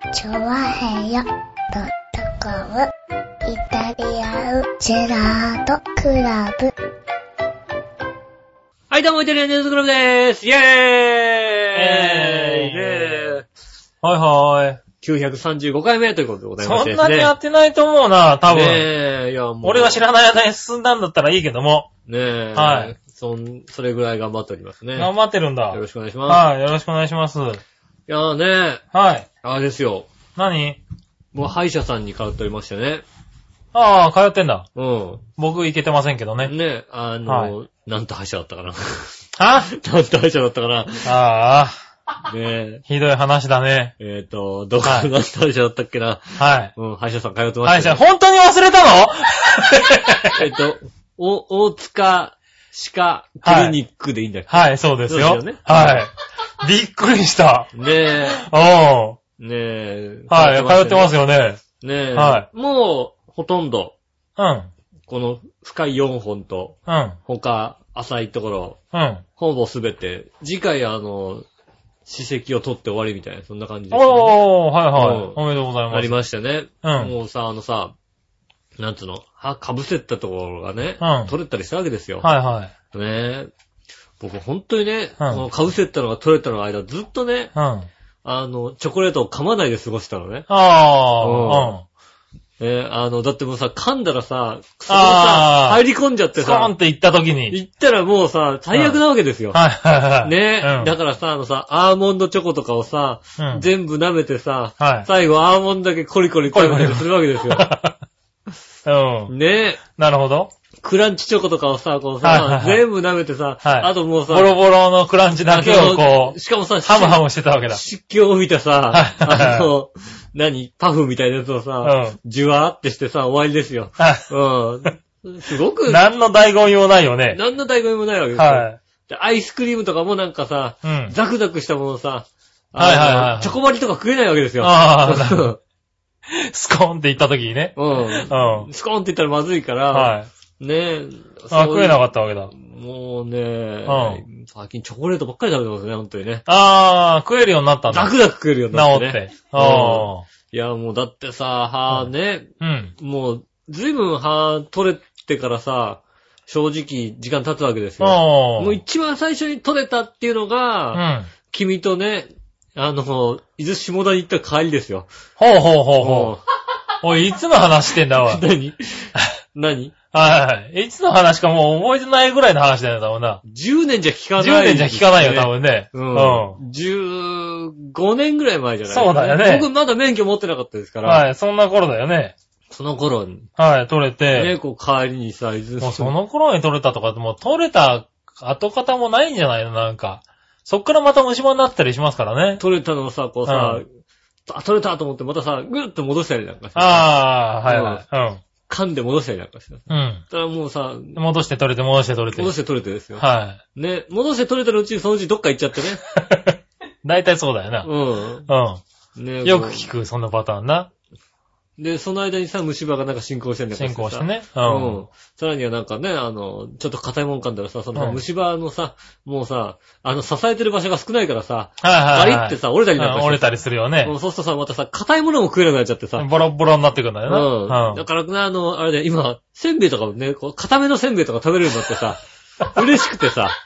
チョワヘヨ.com イタリアンジェラートクラブ。 はい、どうも、イタリアンジェラートクラブでーす。イェーイ、 はいはい。 935回目ということでございましてですね。 そんなにやってないと思うな、多分。 ねえ、いやもう。 俺が知らない間に進んだんだったらいいけども。 ねえ。 はい。 それぐらい頑張っておりますね。 頑張ってるんだ。 よろしくお願いします。 はい、よろしくお願いします。いやーね。 はい。 あれですよ。 何？ もう歯医者さんに通っておりましてね。 ああ、通ってんだ。 うん。 僕行けてませんけどね。 ね、 はい、 なんと歯医者だったかな。 はなんと歯医者だったかな。 ああ。ねえ。 ひどい話だね。 どこのなんと歯医者だったっけな。 はい。 うん、歯医者さん通ってました、ね。 歯医者、本当に忘れたの大塚歯科クリニックでいいんだっけ、 はい、そうですよ。そうですよね。はい。びっくりした。 ねえ。 おう。 ねえ。 はい、通ってますよね。 ねえ。 はい。 もう、ほとんど。 うん。 この深い4本と、 うん。 他、浅いところ。 うん。 ほぼすべて、次回歯石を取って終わりみたいな、そんな感じです、 ね。おー、はいはい。おめでとうございます。 ありましたね。 うん。 もうさ、なんつうの、歯かぶせたところがね、 うん。 取れたりしたわけですよ。 はいはい。 ねえ。僕本当にね、 うん、 このかぶせたのが取れたの間、ずっとね、 うん。 チョコレートを噛まないで過ごしたのね。 ああ。だってもうさ、噛んだらさ、そのさ、入り込んじゃってさ、 スコーンって行った時に。 行ったらもうさ、最悪なわけですよ。 はいはいはい。 ねえ、だからさ、アーモンドチョコとかをさ、全部舐めてさ、最後アーモンドだけコリコリ食べたりするわけですよ。ねえ。 なるほど。 クランチチョコとかをさ、こうさ、全部舐めてさ、あともうさ、 ボロボロのクランチだけをこう、 しかもさ、 ハムハムしてたわけだ。 湿気を見たさ、パフみたいなやつをさ、ジュワーってしてさ、終わりですよ。すごく。 何の醍醐味もないよね。 何の醍醐味もないわけですよ。アイスクリームとかもなんかさ、ザクザクしたものさ、チョコバリとか食えないわけですよ。 スコーンって言った時にね。 スコーンって言ったらまずいから、ねえ。 食えなかったわけだ。 もうね、最近チョコレートばっかり食べてますね、ほんとにね。 食えるようになったんだ。 ザクザク食えるようになってね。 治って。 いや、もうだってさ、歯ね、もう、ずいぶん歯取れてからさ、正直時間経つわけですよ。もう一番最初に取れたっていうのが、君とね、伊豆下田に行った帰りですよ。 ほう。おい、いつの話してんだわ。 何はい。いつの話かもう覚えてないぐらいの話だよ、多分な。 10年じゃ聞かない。 10年じゃ聞かないよ、多分ね。 15年ぐらい前じゃない。 そうだよね。 僕まだ免許持ってなかったですから。 はい、そんな頃だよね。 その頃に。 はい、取れて。 ね、こう帰りにさ、 もうその頃に取れたとかって、もう取れた跡形もないんじゃないの、なんか。そっからまた虫歯になったりしますからね。 取れたのをさ、こうさ、取れたと思ってまたさ、ぐーっと戻したりなんかして。 はい。 噛んで戻したりなんかして。だからもうさ、 戻して取れて。 戻して取れてですよ。 はい。 ね、戻して取れたのうち、そのうちどっか行っちゃってね。 大体そうだよな。ね、よく聞く、そんなパターンな。 で、その間にさ、虫歯がなんか進行してんだから。 進行してね。 さらにはなんかね、ちょっと硬いもん噛んだらさ、その虫歯のさ、もうさ、支えてる場所が少ないからさ、バリってさ、折れたりなんかして。 折れたりするよね。 そうするとさ、またさ、硬いものも食えなくなっちゃってさ。 ボロボロになってくるんだよな。 だからね、あれで、今、せんべいとかもね、こう、硬めのせんべいとか食べれるようになってさ、嬉しくてさ。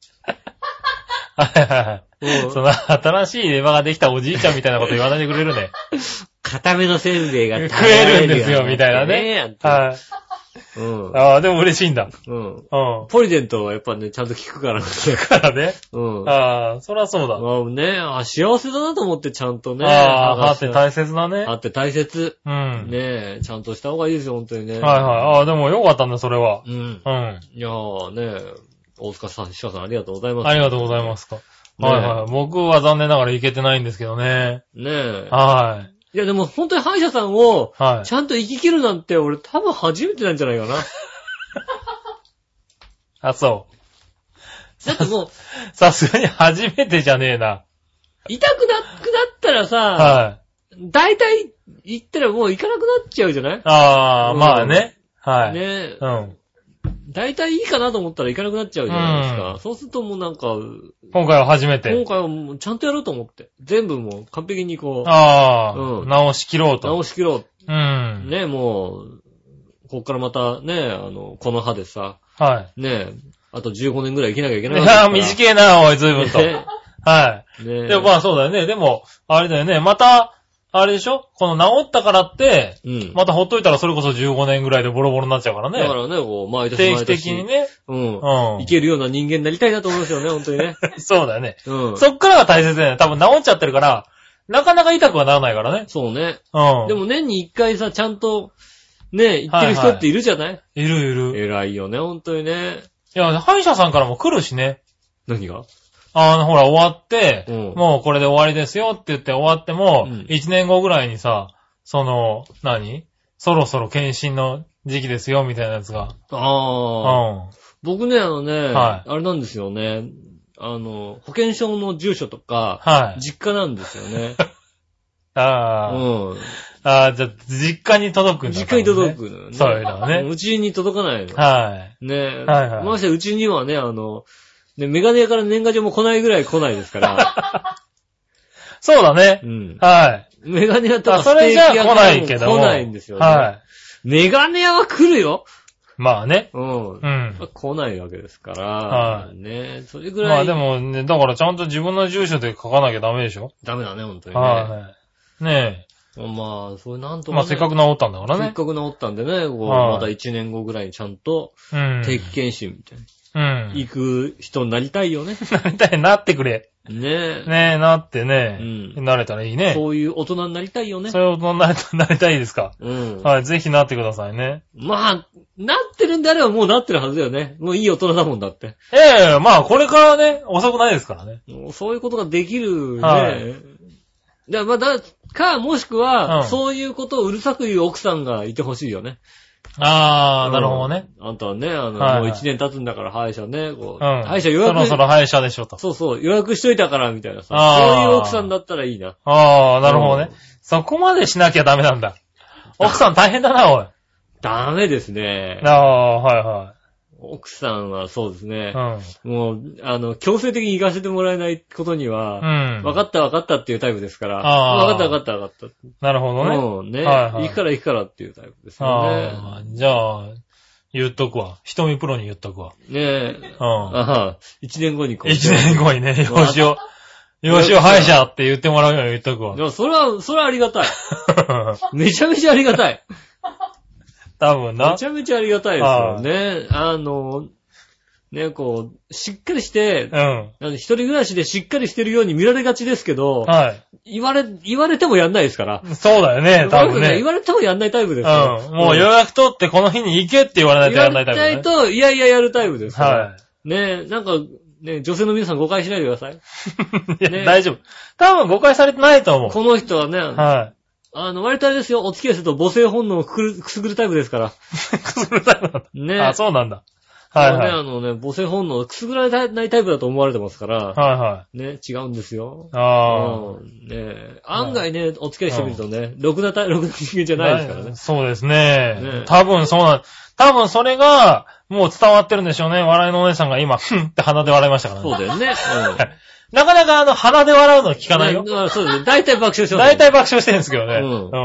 その新しいレバーができたおじいちゃんみたいなこと言わないでくれるね。 固めのせんべいが食えるんですよ、みたいなね。はい。でも嬉しいんだ。 ポリデントはやっぱね、ちゃんと効くからね。 効くからね。そりゃそうだ。 幸せだなと思ってちゃんとね。 歯って大切だね。 歯って大切。ねちゃんとした方がいいですよ、本当にね。 でもよかったんだ、それは。 いやね、大塚さん、石川さんありがとうございます。 ありがとうございますか。僕は残念ながら行けてないんですけどね。いやでも本当に歯医者さんを、ちゃんと行き切るなんて俺多分初めてなんじゃないかな。 そう。 だってもう、 さすがに初めてじゃねえな。 痛くなったらさ、大体行ったらもう行かなくなっちゃうじゃない？ まあね。 ね大体いいかなと思ったら行かなくなっちゃうじゃないですか。そうするともうなんか、 今回は初めて。 今回はもうちゃんとやろうと思って。全部もう完璧にこう。 直し切ろうと。 直し切ろう。ね、もう、こっからまたね、この歯でさ。はい。ね、あと15年ぐらい生きなきゃいけない。 いや、短いな、おい、ずいぶんと。はい。ね、でもまあそうだよね。でも、あれだよね。また、あれでしょこの治ったからって、またほっといたらそれこそ15年ぐらいでボロボロになっちゃうからね。 だからね、こう、毎年定期的にね。 いけるような人間になりたいなと思うんですよね、本当にね。 そうだよね。そっからが大切だよね。多分治っちゃってるから、なかなか痛くはならないからね。 そうね。でも年に1回さ、ちゃんと、ね、行ってる人っているじゃない？ いるいる。 偉いよね、本当にね。 いや、歯医者さんからも来るしね。 何が？ ほら、終わって、もうこれで終わりですよって言って終わっても、1年後ぐらいにさ、そろそろ検診の時期ですよ、みたいなやつが。 僕ね、あれなんですよね。保険証の住所とか、実家なんですよね。 じゃあ、実家に届くんだ、ね。 実家に届くのよね。 そういうのはね。 うちに届かないの。ねましてうちにはね、メガネ屋から年賀状も来ないぐらい来ないですから。 そうだね。 メガネ屋とかそれじゃあ来ないけども。 来ないんですよね。メガネ屋は来るよ。 まあね。 来ないわけですから。ねそれぐらい。 まあでもね、だからちゃんと自分の住所で書かなきゃダメでしょ？ ダメだね、ほんとにね。 ねえ。まあ、それなんとか、 まあせっかく治ったんだからね。 せっかく治ったんでね、また1年後ぐらいにちゃんと、定期検診みたいな。行く人になりたいよね。 なりたい、なってくれ。 ねなってね。なれたらいいね。 そういう大人になりたいよね。 そういう大人になりたいですか。はい、ぜひなってくださいね。 まあ、なってるんであればもうなってるはずだよね。もういい大人だもんだって。 まあこれからね、遅くないですからね。 そういうことができるね。もしくは、そういうことをうるさく言う奥さんがいてほしいよね。 なるほどね。 あんたはね、もう1年経つんだから歯医者ね、歯医者予約。 そろそろ歯医者でしょと。 そう、予約しといたから、みたいなさ。そういう奥さんだったらいいな。 なるほどね。そこまでしなきゃダメなんだ。奥さん大変だな、おい。 ダメですね。 はい。 奥さんはそうですね。もう、強制的に行かせてもらえないことには、分かったっていうタイプですから、分かった。 なるほどね。 行くからっていうタイプですよね。 じゃあ、言っとくわ。瞳プロに言っとくわ。 ねえ。1年後に 1年後にね、よしお歯医者って言ってもらうように言っとくわ。 でもそれはありがたい。めちゃめちゃありがたい。 多分な。 めちゃめちゃありがたいですよね。しっかりして、一人暮らしでしっかりしてるように見られがちですけど、言われてもやんないですから。 そうだよね、多分ね。 言われてもやんないタイプですよ。 もう予約取ってこの日に行けって言われないとやんないタイプです。 やりたいと、いややるタイプですから。ね女性の皆さん誤解しないでください。 大丈夫。多分誤解されてないと思う。 この人はね、割とあれですよ、お付き合いすると母性本能をくすぐるタイプですから。 くすぐるタイプなんだ。そうなんだ。 母性本能をくすぐられないタイプだと思われてますから。違うんですよ。案外ね、お付き合いしてみるとね、ろくな人間じゃないですからね。 そうですね。多分それが、もう伝わってるんでしょうね。笑いのお姉さんが今、ふんって鼻で笑いましたからね。 そうだよね。 なかなか鼻で笑うの聞かないよ。 そうですね。大体爆笑してます。 大体爆笑してるんですけどね。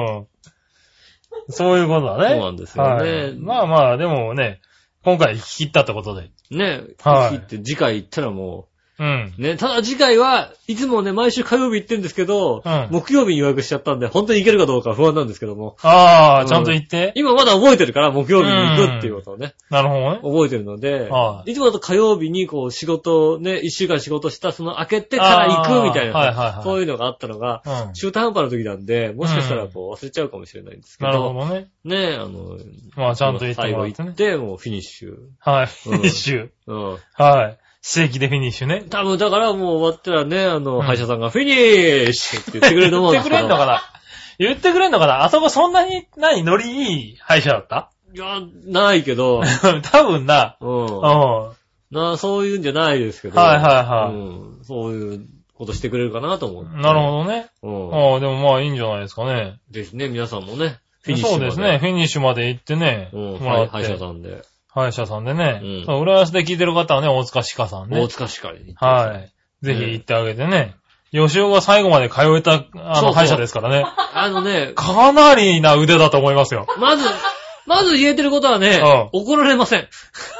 そういうことだね。 そうなんですよね。 まあ、でもね、今回切ったってことで。 ね、切って次回行ったらもう、ただ次回はいつもね、毎週火曜日行ってるんですけど、木曜日に予約しちゃったんで、本当に行けるかどうか不安なんですけども。ちゃんと行って今まだ覚えてるから、木曜日に行くっていうことをね。なるほどね。覚えてるので、いつもだと火曜日に仕事ね、1週間仕事したその明けてから行くみたいな、そういうのがあったのが、中途半端な時なんで、もしかしたら忘れちゃうかもしれないんですけど。なるほどね。ね、 ちゃんと行ってもらってね。 最後行って、もうフィニッシュ。 フィニッシュ。正規でフィニッシュね。 多分だからもう終わったらね、歯医者さんがフィニッシュって言ってくれると思うんですけど。 言ってくれんのかなあそこそんなに、ノリいい歯医者だった？ いや、ないけど。 多分な。 そういうんじゃないですけど。そういうことしてくれるかなと思って。 なるほどね。でもまあいいんじゃないですかね。 ですね、皆さんもね。 フィニッシュまで。そうですね、フィニッシュまで行ってね。 歯医者さんで。 歯医者さんでね。浦安で聞いてる方はね、大塚歯科さんね。 大塚歯科に。 はい。ぜひ行ってあげてね。吉尾が最後まで通えた、歯医者ですからね。かなりな腕だと思いますよ。 まず言えてることはね、怒られません。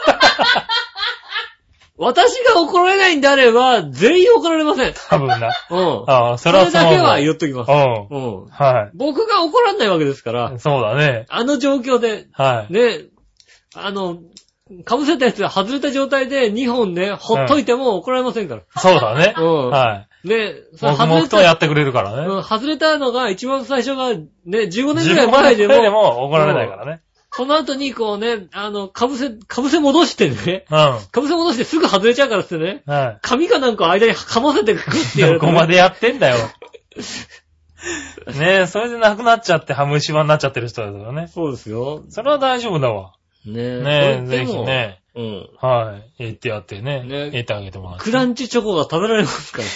私が怒られないんであれば、全員怒られません。 多分な。それだけは言っときます。 はい。 僕が怒らんないわけですから。 そうだね。 あの状況で、 はい。 ね、被せたやつが外れた状態で2本ね、ほっといても怒られませんから。 そうだね。はい。 ね、 黙々とやってくれるからね。 外れたのが一番最初がね、15年くらい前でも。 15年でも怒られないからね。 その後にこうね、被せ戻してね。被せ戻してすぐ外れちゃうからってね。髪かなんか間に噛ませてくるっていう。 どこまでやってんだよ。ねえ、それでなくなっちゃってハムシワになっちゃってる人だからね。 そうですよ。 それは大丈夫だわ。 ねえ、ぜひね。はい。言ってやってね。言ってあげてもらって。 クランチチョコが食べられますから。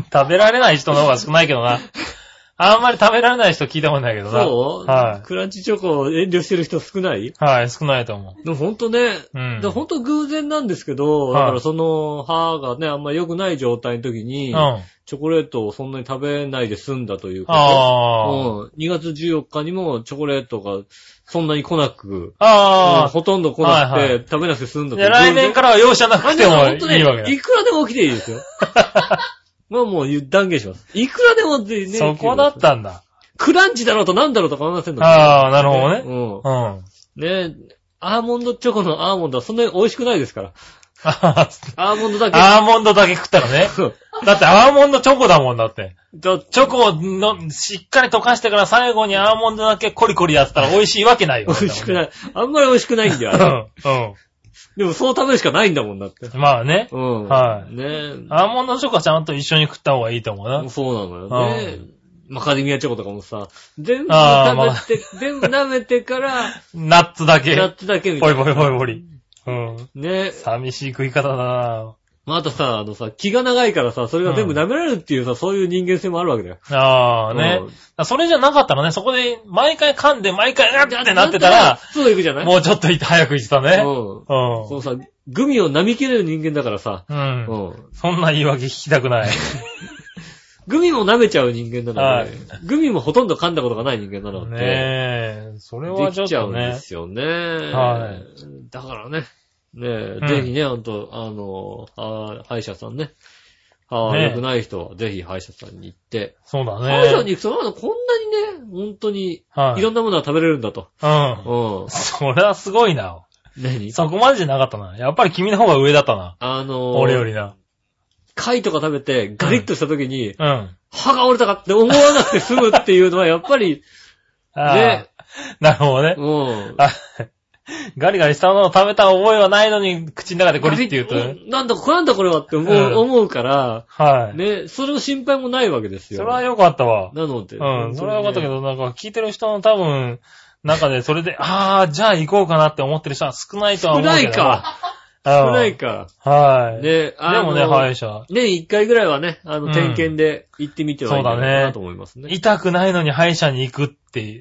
食べられない人の方が少ないけどな。あんまり食べられない人聞いたことないけどな。 そうはい。クランチチョコを遠慮してる人少ない？ はい、少ないと思う。 でもほんとね、ほんと偶然なんですけど、だからその歯がね、あんまり良くない状態の時に、チョコレートをそんなに食べないで済んだというか、2月14日にもチョコレートがそんなに来なく、ほとんど来なくて、食べなくて済んだという。 来年からは容赦なくてもいいわけだ。 いくらでも起きていいですよ。もう断言します。いくらでもね。 そこだったんだ。 クランチだろうとなんだろうとか思いませんので。 なるほどね。ねアーモンドチョコのアーモンドはそんなに美味しくないですから。アーモンドだけ。 アーモンドだけ食ったらね。だってアーモンドチョコだもんだって。チョコをしっかり溶かしてから最後にアーモンドだけコリコリやったら美味しいわけないよ。 美味しくない。あんまり美味しくないんだよ。でもそう食べるしかないんだもんだって。 まあね。 はい。ねアーモンドチョコはちゃんと一緒に食った方がいいと思うな。 そうなのよね。マカデミアチョコとかもさ、全部食べて、全部舐めてから、 ナッツだけ。 ナッツだけみたいな。 ポリポリポリポリ。 ね寂しい食い方だなあとさ、気が長いからさ、それが全部舐められるっていうさ、そういう人間性もあるわけだよ。 ね。それじゃなかったらね、そこで毎回噛んで毎回ってなってたら、 そういくじゃない？ もうちょっと早く行ってたね。 そうさ、グミを舐めきれる人間だからさ。 そんな言い訳聞きたくない。 グミも舐めちゃう人間なので、グミもほとんど噛んだことがない人間なので。 ねえ、それはちょっとね。できちゃうんですよね。はい。だからね。ねえ、ぜひね、ほんと、歯医者さんね。良くない人は、ぜひ歯医者さんに行って。 そうだね。 歯医者に行くと、こんなにね、本当に、いろんなものが食べれるんだと。 それはすごいな。 何？ そこまでじゃなかったな。やっぱり君の方が上だったな。俺よりな。 貝とか食べて、ガリッとした時に、歯が折れたかって思わなくて済むっていうのは、やっぱり、ね。 なるほどね。ガリガリしたものを食べた覚えはないのに、口の中でゴリって言うと。 なんだこれはって思うから、ね、それの心配もないわけですよ。 それは良かったわ。 なので。 それは良かったけど、なんか聞いてる人の多分、中でそれで、じゃあ行こうかなって思ってる人は少ないとは思うけど。 少ないか。 はい。 でもね、歯医者。 年1回ぐらいはね、点検で行ってみてはいいかなと思いますね。 痛くないのに歯医者に行くって、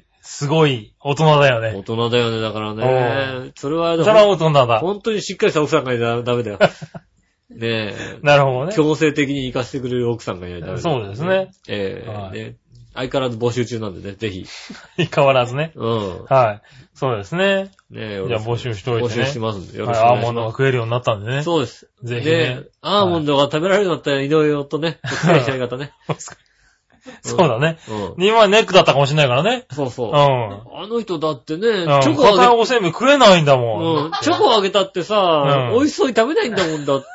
すごい大人だよね。 大人だよね、だからね。それは大人だ。 本当にしっかりした奥さんがいないとダメだよ。ねえ。 なるほどね。 強制的に行かせてくれる奥さんがいないとダメだ。 そうですね。 ね。相変わらず募集中なんでね、ぜひ。 相変わらずね。はい。そうですね。 ねじゃあ募集しといてね。 募集しますんで、よろしくお願いします。 アーモンドが食えるようになったんでね。 そうです。 ぜひね。 アーモンドが食べられるようになったら、いろいろとね、お伝えしたい方ね。 そうだね。今ネックだったかもしれないからね。 そうそう。あの人だってね、 チョコあげたおせんべい食えないんだもん。チョコあげたってさ、美味しそうに食べないんだもんだって。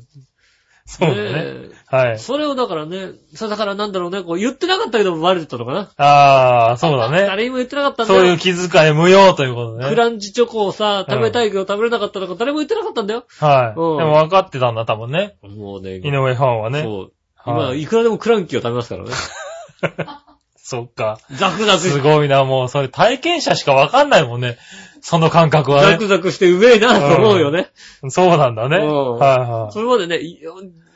そうだね。はい。 それをだからね、だからなんだろうね、言ってなかったけどバレてたのかな。 そうだね。 誰にも言ってなかったんだよ。 そういう気遣い無用ということね。 クランチチョコをさ、食べたいけど食べれなかったのか誰も言ってなかったんだよ。 はい。でも分かってたんだ、多分ね。 もうね。 井上ファンはね。 そう。今、いくらでもクランキーを食べますからね。 そっか。 ザクザク。 すごいな、もう、それ体験者しかわかんないもんね。その感覚はね。 ザクザクしてうめえなと思うよね。 そうなんだね。はいはい。 それまでね、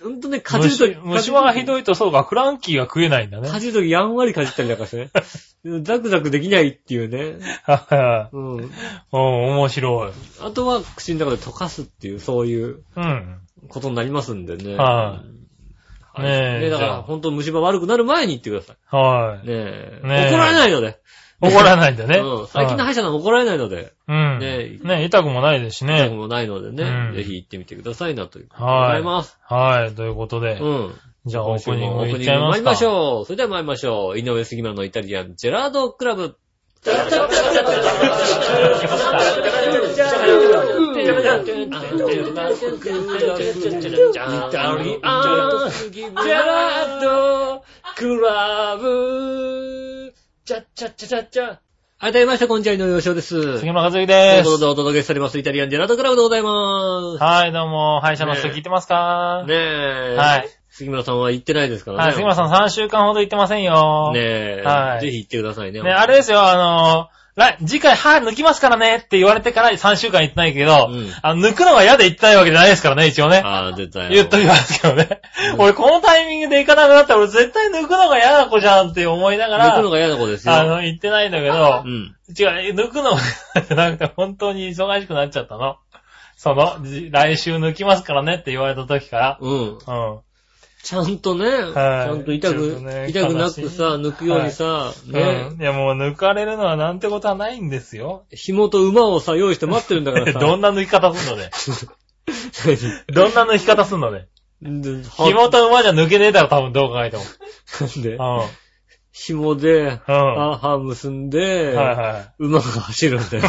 ほんとね、かじるとき。 虫歯がひどいとそうか、クランキーが食えないんだね。 かじるときやんわりかじったりなんかしてね。ザクザクできないっていうね。 うん。面白い。 あとは口の中で溶かすっていう、そういう、ことになりますんでね。はい。ねえ。だから、ほんと虫歯悪くなる前に言ってください。はい。ねえ。怒られないので。 怒らないんだね。 最近の歯医者さん怒られないので。 ね痛くもないですしね。 痛くもないのでね。ぜひ行ってみてくださいなということでございます。 はい。ということで。じゃあオープニング行っちゃいますか。 参りましょう。それでは参りましょう。井上杉村のイタリアンジェラードクラブ。改めまして、こんにちは、井上洋翔です。 杉村和之です。 ということでお届けしております、イタリアンジェラートクラブでございます。 はい、どうも、歯医者の人聞いてますか？ ねえ。 はい。 杉村さんは行ってないですからね。 はい、杉村さん3週間ほど行ってませんよ。 ねえ。はい。ぜひ行ってくださいね。 ね、あれですよ、次回歯抜きますからねって言われてから3週間行ってないけど、抜くのが嫌で行ってないわけじゃないですからね、一応ね。 ああ、絶対。 言っときますけどね。俺このタイミングで行かなくなったら俺絶対抜くのが嫌な子じゃんって思いながら。 抜くのが嫌な子ですよ。 行ってないんだけど、違う、抜くのがなんか本当に忙しくなっちゃったの。来週抜きますからねって言われた時から。 ちゃんとね、ちゃんと痛くなくさ、抜くようにさ、ね。 いやもう抜かれるのはなんてことはないんですよ。 紐と馬をさ、用意して待ってるんだからさ。 どんな抜き方すんのね。どんな抜き方すんのね。紐と馬じゃ抜けねえだろ、多分どう考えても。 なんで紐で、歯結んで、馬が走るんだよ。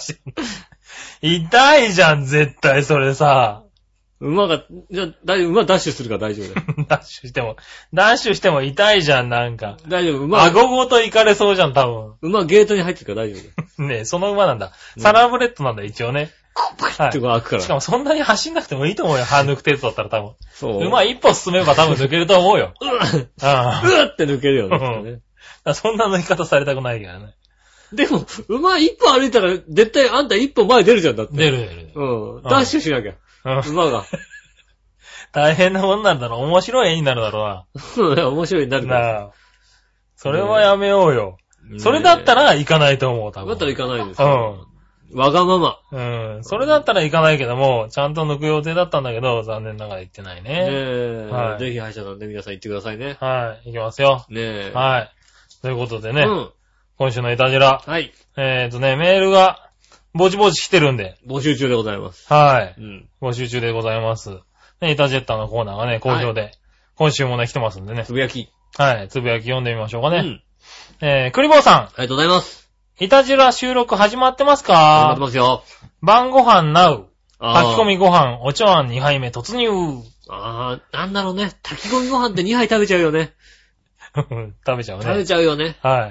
痛いじゃん、絶対それさ。 馬ダッシュするから大丈夫だよ。 ダッシュしても痛いじゃん、なんか。 大丈夫、 顎ごと行かれそうじゃん、多分。 馬ゲートに入ってるから大丈夫だよ。 ねえ、その馬なんだ。サラブレッドなんだ、一応ね。 パッて開くから。 しかもそんなに走んなくてもいいと思うよ、歯抜く程度だったら多分。そう。馬一歩進めば多分抜けると思うよ。 うって抜けるよね。 そんな抜き方されたくないからね。 でも、馬一歩歩いたら、絶対あんた一歩前出るじゃん、だって。 出る。 ダッシュしなきゃ。馬が。 大変なもんなんだろう。面白い絵になるだろうな。面白い絵になるから。 それはやめようよ。それだったら行かないと思う、多分。 だったら行かないですよ。わがまま。 それだったら行かないけども、ちゃんと抜く予定だったんだけど、残念ながら行ってないね。 ぜひ歯医者さんで皆さん行ってくださいね。 はい、行きますよ。はい。ということでね。今週のイタジラ。はい。メールが、ぼちぼち来てるんで。 募集中でございます。 はい。募集中でございます。イタジェッターのコーナーがね、好評で、今週もね、来てますんでね。 つぶやき。 はい、つぶやき読んでみましょうかね。クリボーさん。 ありがとうございます。 イタジラ収録始まってますか？ 始まってますよ。 晩ご飯ナウ。炊き込みご飯、お茶碗2杯目突入。 なんだろうね。炊き込みご飯って2杯食べちゃうよね。 食べちゃうね。 食べちゃうよね。 はい。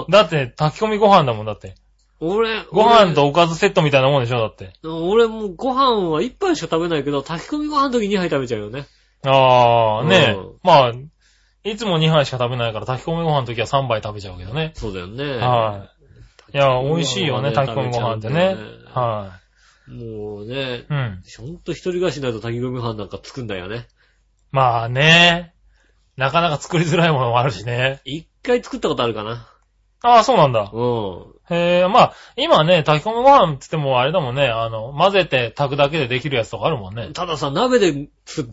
だって、炊き込みご飯だもんだって。ご飯とおかずセットみたいなもんでしょだって。 俺もご飯は1杯しか食べないけど、炊き込みご飯の時2杯食べちゃうよね。 ねえ。まあ、いつも2杯しか食べないから炊き込みご飯の時は3杯食べちゃうけどね。 そうだよね。 はい。いや、美味しいよね、炊き込みご飯ってね。はい。 もうね、ほんと一人暮らしになると炊き込みご飯なんか作んだよね。 まあね。なかなか作りづらいものもあるしね。 一回作ったことあるかな。 そうなんだ。まあ、今ね、炊き込みご飯って言ってもあれだもんね、混ぜて炊くだけでできるやつとかあるもんね。 たださ、鍋で、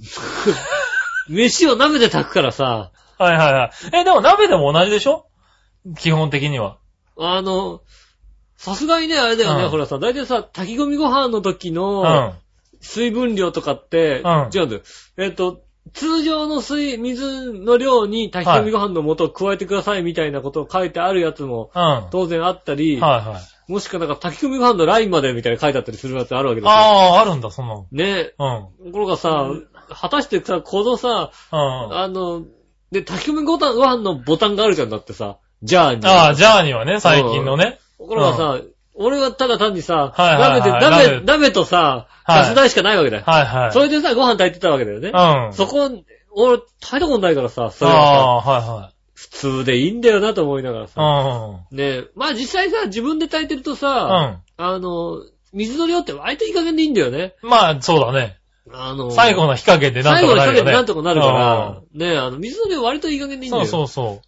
飯を鍋で炊くからさ。 でも鍋でも同じでしょ？基本的には。 さすがにね、あれだよね、ほらさ、だいたいさ、炊き込みご飯の時の、水分量とかって、違うんだよ。通常の水の量に炊き込みご飯の素を加えてくださいみたいなことを書いてあるやつも、当然あったり、もしくはなんか炊き込みご飯のラインまでみたいな書いてあったりするやつあるわけですよ。 あるんだ、その。 ね。ところがさ、果たしてさ、このさ、で、炊き込みご飯のボタンがあるじゃんだってさ、ジャーに。 ジャーにはね、最近のね。 ところがさ、俺はただ単にさ、鍋とさ、ガス台しかないわけだよ。それでさ、ご飯炊いてたわけだよね。そこ、俺、炊いたことないからさ、それはさ、普通でいいんだよなと思いながらさ。ねまあ実際さ、自分で炊いてるとさ、水の量って割といい加減でいいんだよね。 まあ、そうだね。 最後の火加減でなんとかなるよね。最後の火加減でなんとかなるから、ね、水の量割といい加減でいいんだよ。 そう。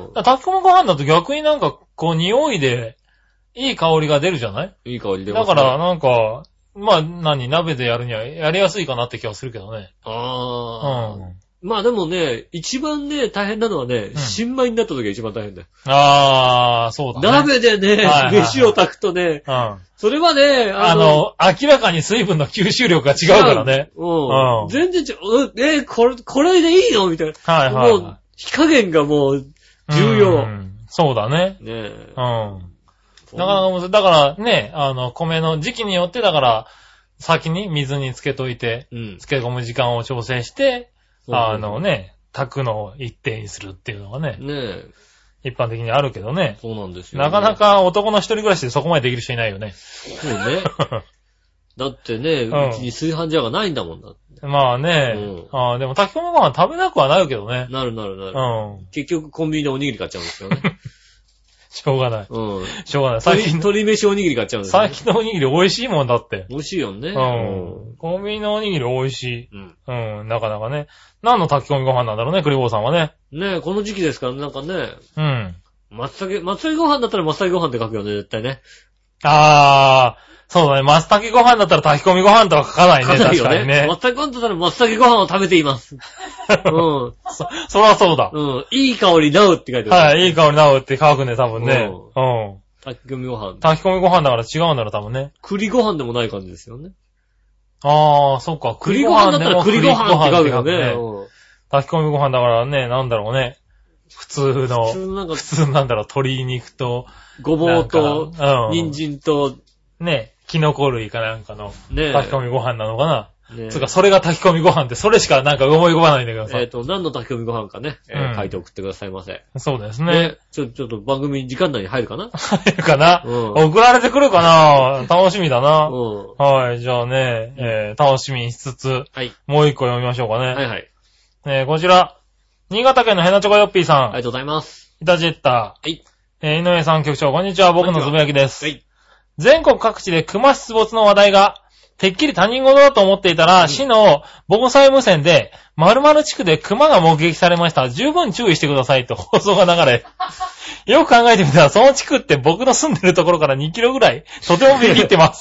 炊き込みご飯だと逆になんか、こう、匂いで、いい香りが出るじゃない？ いい香り出ます、 ね。だから、なんか、まあ、鍋でやるにはやりやすいかなって気がするけどね。まあでもね、一番ね、大変なのはね、新米になった時が一番大変だよ。 そうだね。 鍋でね、飯を炊くとね、それはね、 明らかに水分の吸収力が違うからね。 全然違う。これでいいのみたいな。もう、火加減がもう、重要。 そうだね。 ねだからね、米の時期によってだから、先に水につけといて、つけ込む時間を調整して、炊くのを一定にするっていうのがね。一般的にあるけどね。 そうなんですよ、 なかなか男の一人暮らしでそこまでできる人いないよね。 そうね。だってね、うちに炊飯ジャーがないんだもんだって。 まあね。でも炊き込みご飯食べなくはなるけどね。 なる。結局コンビニでおにぎり買っちゃうんですよね。 しょうがない。しょうがない。最近鶏飯おにぎり買っちゃうんですよね。最近のおにぎり美味しいもんだって。 美味しいよね。 コンビニのおにぎり美味しい。なかなかね。何の炊き込みご飯なんだろうね、クリボーさんはね。 ねえ、この時期ですからなんかね。松茸ご飯だったら松茸ご飯って書くよね、絶対ね。そうだね。松茸ご飯だったら炊き込みご飯とは書かないね。確かにね。松茸ご飯だったら松茸ご飯を食べています。 そらそうだ。 いい香りなうって書いてある。はい、いい香りなうって書くね、多分ね。 炊き込みご飯。 炊き込みご飯だから違うんだろ、多分ね。 栗ご飯でもない感じですよね。 そっか。 栗ご飯だったら栗ご飯って書くよね。 炊き込みご飯だからね、なんだろうね。普通なんだろう、鶏肉と、 ごぼうと、人参と、 ね、キノコ類かなんかの、炊き込みご飯なのかな。つうか、それが炊き込みご飯って、それしかなんか思い浮かばないんだけどさ。 何の炊き込みご飯かね、書いて送ってくださいませ。 そうですね。 ちょっと番組時間内に入るかな？ 入るかな？送られてくるかな？楽しみだな。はい、じゃあね、楽しみにしつつ、もう一個読みましょうかね。こちら、新潟県のヘナチョコヨッピーさん。 ありがとうございます。 イタジェッター。井上さん局長、こんにちは。僕のつぶやきです。全国各地で熊出没の話題が、てっきり他人事だと思っていたら、市の防災無線で、〇〇地区で熊が目撃されました。十分注意してくださいと放送が流れ。よく考えてみたら、その地区って僕の住んでるところから2キロぐらい、とてもビビってます。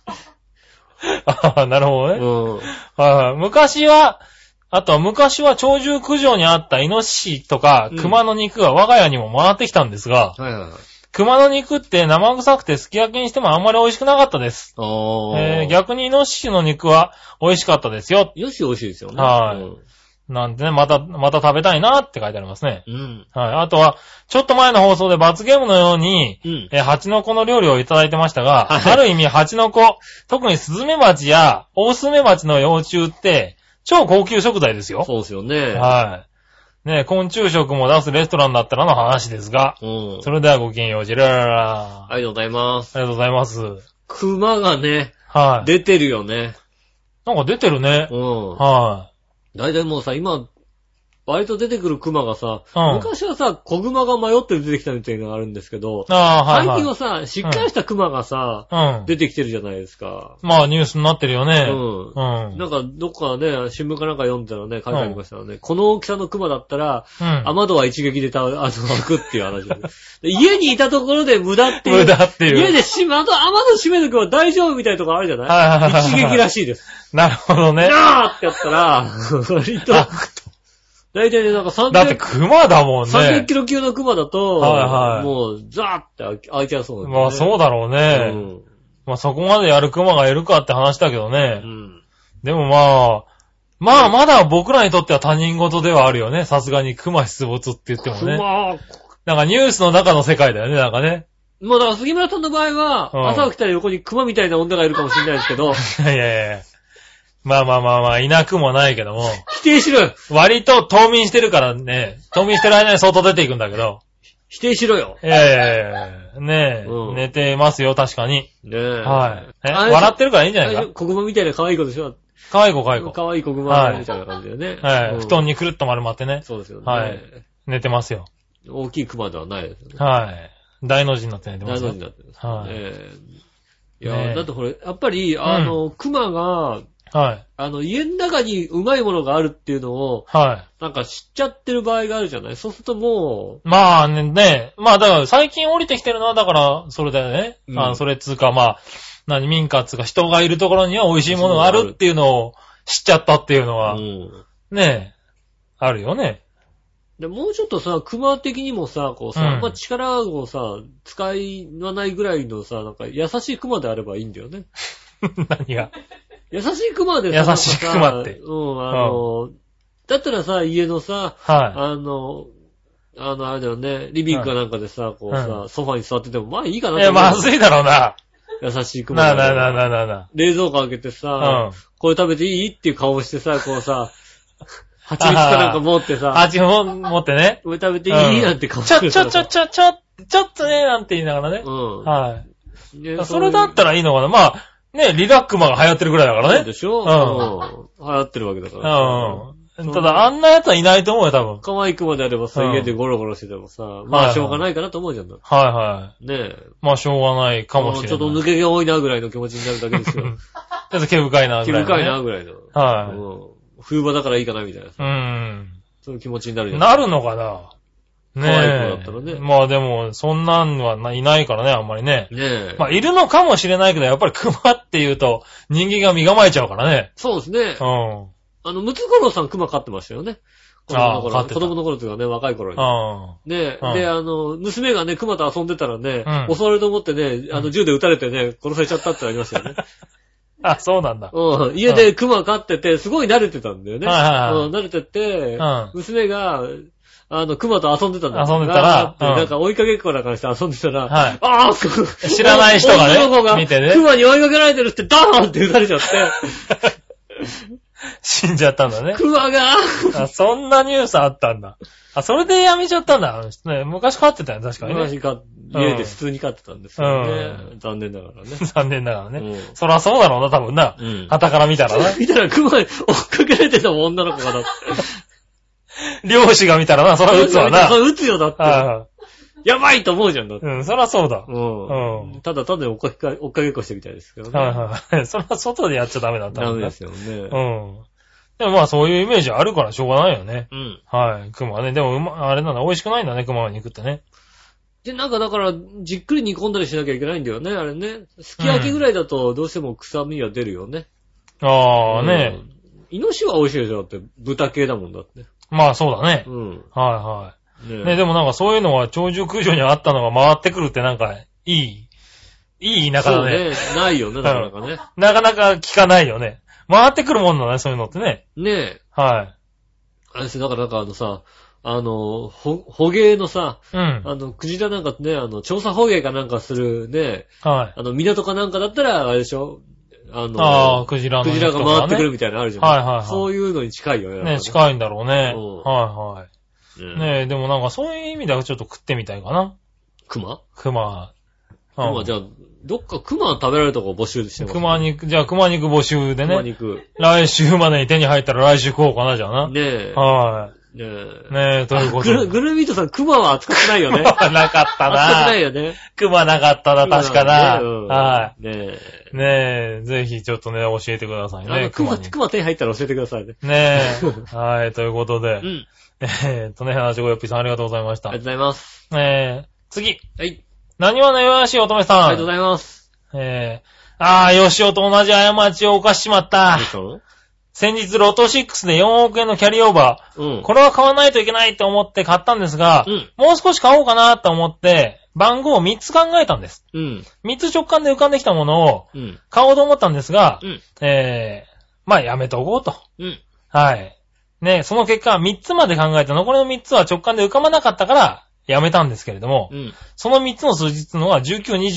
なるほどね。昔は鳥獣駆除にあったイノシシとか熊の肉が我が家にも回ってきたんですが、熊の肉って生臭くてすき焼きにしてもあんまり美味しくなかったです。逆にイノシシの肉は美味しかったですよ。 イノシシ美味しいですよね。 なんでね、また食べたいなって書いてありますね。あとは、ちょっと前の放送で罰ゲームのように、蜂の子の料理をいただいてましたが、ある意味蜂の子、特にスズメバチやオオスズメバチの幼虫って、超高級食材ですよ。 そうですよね。 ね、昆虫食も出すレストランだったらの話ですが、それではごきげんよう、ジェラララ。 ありがとうございます。 ありがとうございます。 熊がね、出てるよね。 なんか出てるね。 だいたいもうさ、今、割と出てくる熊がさ、昔はさ、小熊が迷って出てきたみたいなのがあるんですけど、最近はさ、しっかりした熊がさ、出てきてるじゃないですか。 まあニュースになってるよね。 なんかどっかね、新聞かなんか読んだらね、書いてありましたよね。この大きさの熊だったら、雨戸は一撃で開くっていう話で。家にいたところで無駄っていう。家で雨戸閉めとけば大丈夫みたいなとこあるじゃない？一撃らしいです。 なるほどね。 なーってやったら、割と、大体ね、なんかだって熊だもんね。 300キロ級の熊だと、もう、ザーって開いちゃうそうなんだね。まあそうだろうね。まあそこまでやる熊がいるかって話だけどね。でもまだ僕らにとっては他人事ではあるよね。さすがに熊出没って言ってもね。なんかニュースの中の世界だよね、なんかね。 もうだから杉村さんの場合は、朝起きたら横に熊みたいな女がいるかもしれないですけど。 いや。まあ、いなくもないけども。 否定しろよ。 割と冬眠してるからね。冬眠してる間に外出ていくんだけど。 否定しろよ。 いや。ねえ、寝てますよ、確かに。 ねえ。 はい。笑ってるからいいんじゃないか。 小熊みたいな可愛い子でしょ。 可愛い子。 可愛い小熊みたいな感じだよね。 はい。布団にくるっと丸まってね。 そうですよね。 はい。寝てますよ。 大きい熊ではないですよね。 はい。大の字になって寝てます。 大の字になってます。 はい。 いや、だってこれ、やっぱり、熊が、 はい。 家の中にうまいものがあるっていうのを、 はい。 なんか知っちゃってる場合があるじゃない。そうするともう。まあね、まあだから最近降りてきてるのはだから、それだよね。うん、それつうかまあ、民家つうか人がいるところには美味しいものがあるっていうのを知っちゃったっていうのは、ね、あるよね。 でもうちょっとさ、熊的にもさ、こうさ、まあ、力をさ、使わないぐらいのさ、なんか優しい熊であればいいんだよね。 何が優しい熊でさ、 優しい熊って。 だったらさ、家のさ、 はい、 あれだよね、リビングかなんかでさ、こうさ、ソファに座ってても、まあいいかなって。いや、まずいだろうな。 優しい熊。 な。 冷蔵庫開けてさ、これ食べていいっていう顔してさ、こうさ、蜂蜜かなんか持ってさ。 蜂蜜持ってね。 これ食べていいなんて顔してる。 ちょっとね、なんて言いながらね。はい。それだったらいいのかな。まあ、ね、リラックマが流行ってるぐらいだからね。 そうでしょ？流行ってるわけだから。 ただ、あんな奴はいないと思うよ、多分。 可愛い熊であればさ、家でゴロゴロしててもさ、まあしょうがないかなと思うじゃん。 はい。 ねえ。 まあしょうがないかもしれない。 ちょっと抜けが多いなぐらいの気持ちになるだけですよ。 ちょっと毛深いなぐらい。 毛深いなぐらいの。 はい。 冬場だからいいかなみたいな。そういう気持ちになるじゃん。 なるのかなねえ。 可愛い子だったらね。 まあでも、そんなんはいないからね、あんまりね。 ねえ。 まあいるのかもしれないけど、やっぱり熊って言うと人間が身構えちゃうからね。 そうですね。ムツゴロウさん熊飼ってましたよね。子供の頃というかね、若い頃に。ねえ。で、娘がね、熊と遊んでたらね、襲われると思ってね、銃で撃たれてね、殺されちゃったってありましたよね。 あ、そうなんだ。 家で熊飼ってて、すごい慣れてたんだよね。慣れてて、娘が、熊と遊んでたんだ。 遊んでたら、 なんか追いかけっこな感じで遊んでたら、 知らない人がね、 女の子が見てね。 熊に追いかけられてるってドーンって撃たれちゃって。 死んじゃったんだね。 熊がそんなニュースあったんだ。それでやめちゃったんだ。昔飼ってたよ、確かにね。 家で普通に飼ってたんですよね。残念ながらね。 残念ながらね。そらそうだろうな、多分な。旗から見たらな。 見たら熊に追っかけられてたもん、女の子がだって。 漁師が見たらな、そら撃つわな。 撃つよ、だって。やばいと思うじゃん、だって。 そらそうだ。 ただ追っかけっこしてみたいですけどね。そら外でやっちゃダメだったダメですよね。 でもまあそういうイメージあるからしょうがないよね。はい、熊はね。でもあれなんだ、美味しくないんだね、熊の肉ってね。 で、なんかだから、じっくり煮込んだりしなきゃいけないんだよね、あれね。すき焼きぐらいだとどうしても臭みは出るよね。 ね。 イノシシは美味しいでしょ、だって。豚系だもんだって。 まあそうだね。ね、でもなんかそういうのが鳥獣駆除にあったのが回ってくるってなんか、いい田舎だね。 そうね。ないよね、なかなかね。 なかなか聞かないよね。回ってくるもんだね、そういうのってね。 ねえ。 はい。 あれです、だからなんか捕鯨のさ、クジラなんかね、調査捕鯨かなんかするね、港かなんかだったら、あれでしょクジラが回ってくるみたいなのあるじゃん。 はい。 そういうのに近いよね。 ね、近いんだろうね。はい。ねえ、でもなんかそういう意味ではちょっと食ってみたいかな。 熊、 じゃあ、どっか熊食べられるとこ募集してます。 熊肉募集でね。 熊肉。 来週までに手に入ったら来週食おうかな、じゃあな。 ねえ。 はい。ねえ、ということで。 グルミートさん、熊は扱ってないよね。 熊はなかったな。 扱ってないよね。 熊なかったな、確かな。はい。 ねえ、ぜひちょっとね、教えてくださいね。 熊手に入ったら教えてくださいね。 ねえ。はい、ということで。話ごよっぴさんありがとうございました。 ありがとうございます。 次。 はい。 何話のよやしい乙女さん。 ありがとうございます。 よしおと同じ過ちを犯しちまった。先日ロト6で4億円のキャリーオーバー。これは買わないといけないと思って買ったんですが、もう少し買おうかなと思って、番号を3つ考えたんです。3つ直感で浮かんできたものを、買おうと思ったんですが、まあやめとこうと。はい。ね、その結果3つまで考えて残りの3つは直感で浮かばなかったからやめたんですけれども、その3つの数字っていうのは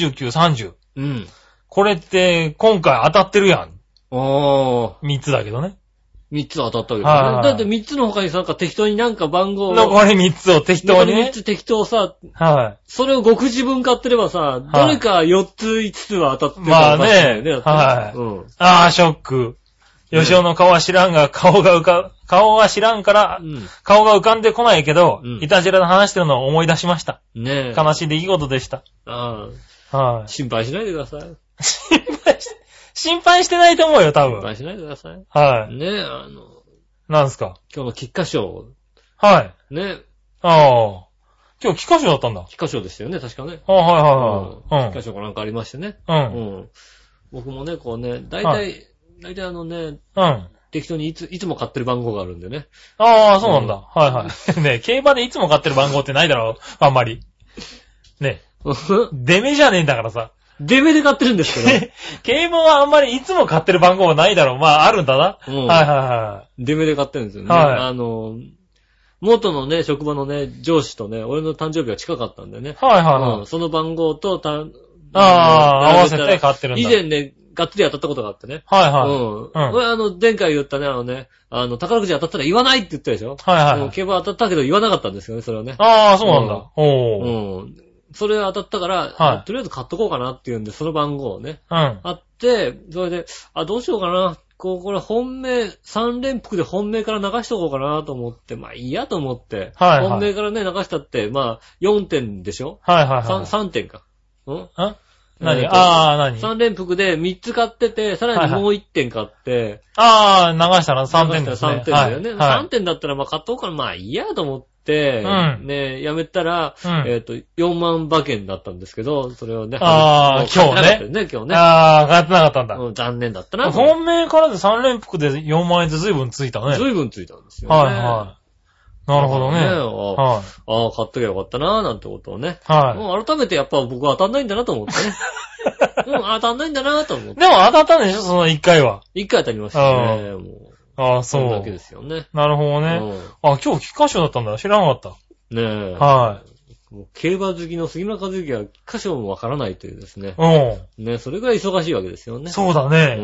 19、29、30。これって今回当たってるやん。3つだけどね。 3つ当たったわけだね。だって3つの他になんか適当になんか番号を。 残り3つを適当にね。 残り3つ適当さ。 はい。 それを極自分買ってればさ、どれか4つ5つは当たってるまあね。はい。ショック。吉尾の顔は知らんが、顔が知らんから、顔が浮かんでこないけど、いたじらで話してるのを思い出しました。 ねえ。 悲しい出来事でした。 はい。心配しないでください。 心配してないと思うよ、多分。 心配しないでください。 はい。 ねなんすか？ 今日の菊花賞。 はい。 ね。 ああ。今日菊花賞だったんだ。 菊花賞ですよね、確かね。 はいはいはい。 菊花賞かなんかありましてね。 うん。 僕もね、こうね、大体適当にいつも買ってる番号があるんでね。 ああ、そうなんだ。はいはい。ね、競馬でいつも買ってる番号ってないだろう、あんまり。ね。デメじゃねえんだからさ。 デメで買ってるんですけど。 競馬はあんまりいつも買ってる番号はないだろう。まあ、あるんだな。はいはいはい。 デメで買ってるんですよね。 はい。 元のね、職場のね、上司とね、俺の誕生日が近かったんでね。 はいはいはい。 その番号と合わせて買ってるんだ。 以前ね、がっつり当たったことがあってね。 はいはい。 これ前回言ったね、宝くじ当たったら言わないって言ったでしょ。 はいはい。 競馬当たったけど言わなかったんですよね、それはね。 ああ、そうなんだ。おー。それ当たったから、とりあえず買っとこうかなっていうんで、その番号をね。あって、それで、どうしようかな。これ本命、3連複で本命から流しとこうかなと思って、まあいいやと思って。本命からね、流したって、まあ4点でしょ。3点か。 何 3連複で3つ買ってて、さらにもう1点買って。 流したら3点ですね。 3点だよね。3点だったらまあ買っとこうかな。まあいいやと思って、ね、やめたら、4万馬券だったんですけど、それをね、 今日ね。 今日ね。 買ってなかったんだ。 残念だったな。 本命からで3連複で4万円って随分ついたね。 随分ついたんですよね。 はいはい。なるほどね。 買っときゃよかったなーなんてことをね。 はい。 改めてやっぱ僕は当たんないんだなと思ってね。当たんないんだなと思って。 でも当たったんでしょその1回は。 1回当たりましたね。 そう。 それだけですよね。 なるほどね。今日菊花賞だったんだ。知らなかった。 ねえ。 はい。 競馬好きの杉村和之は菊花賞もわからないというですね。ね、それぐらい忙しいわけですよね。 そうだね。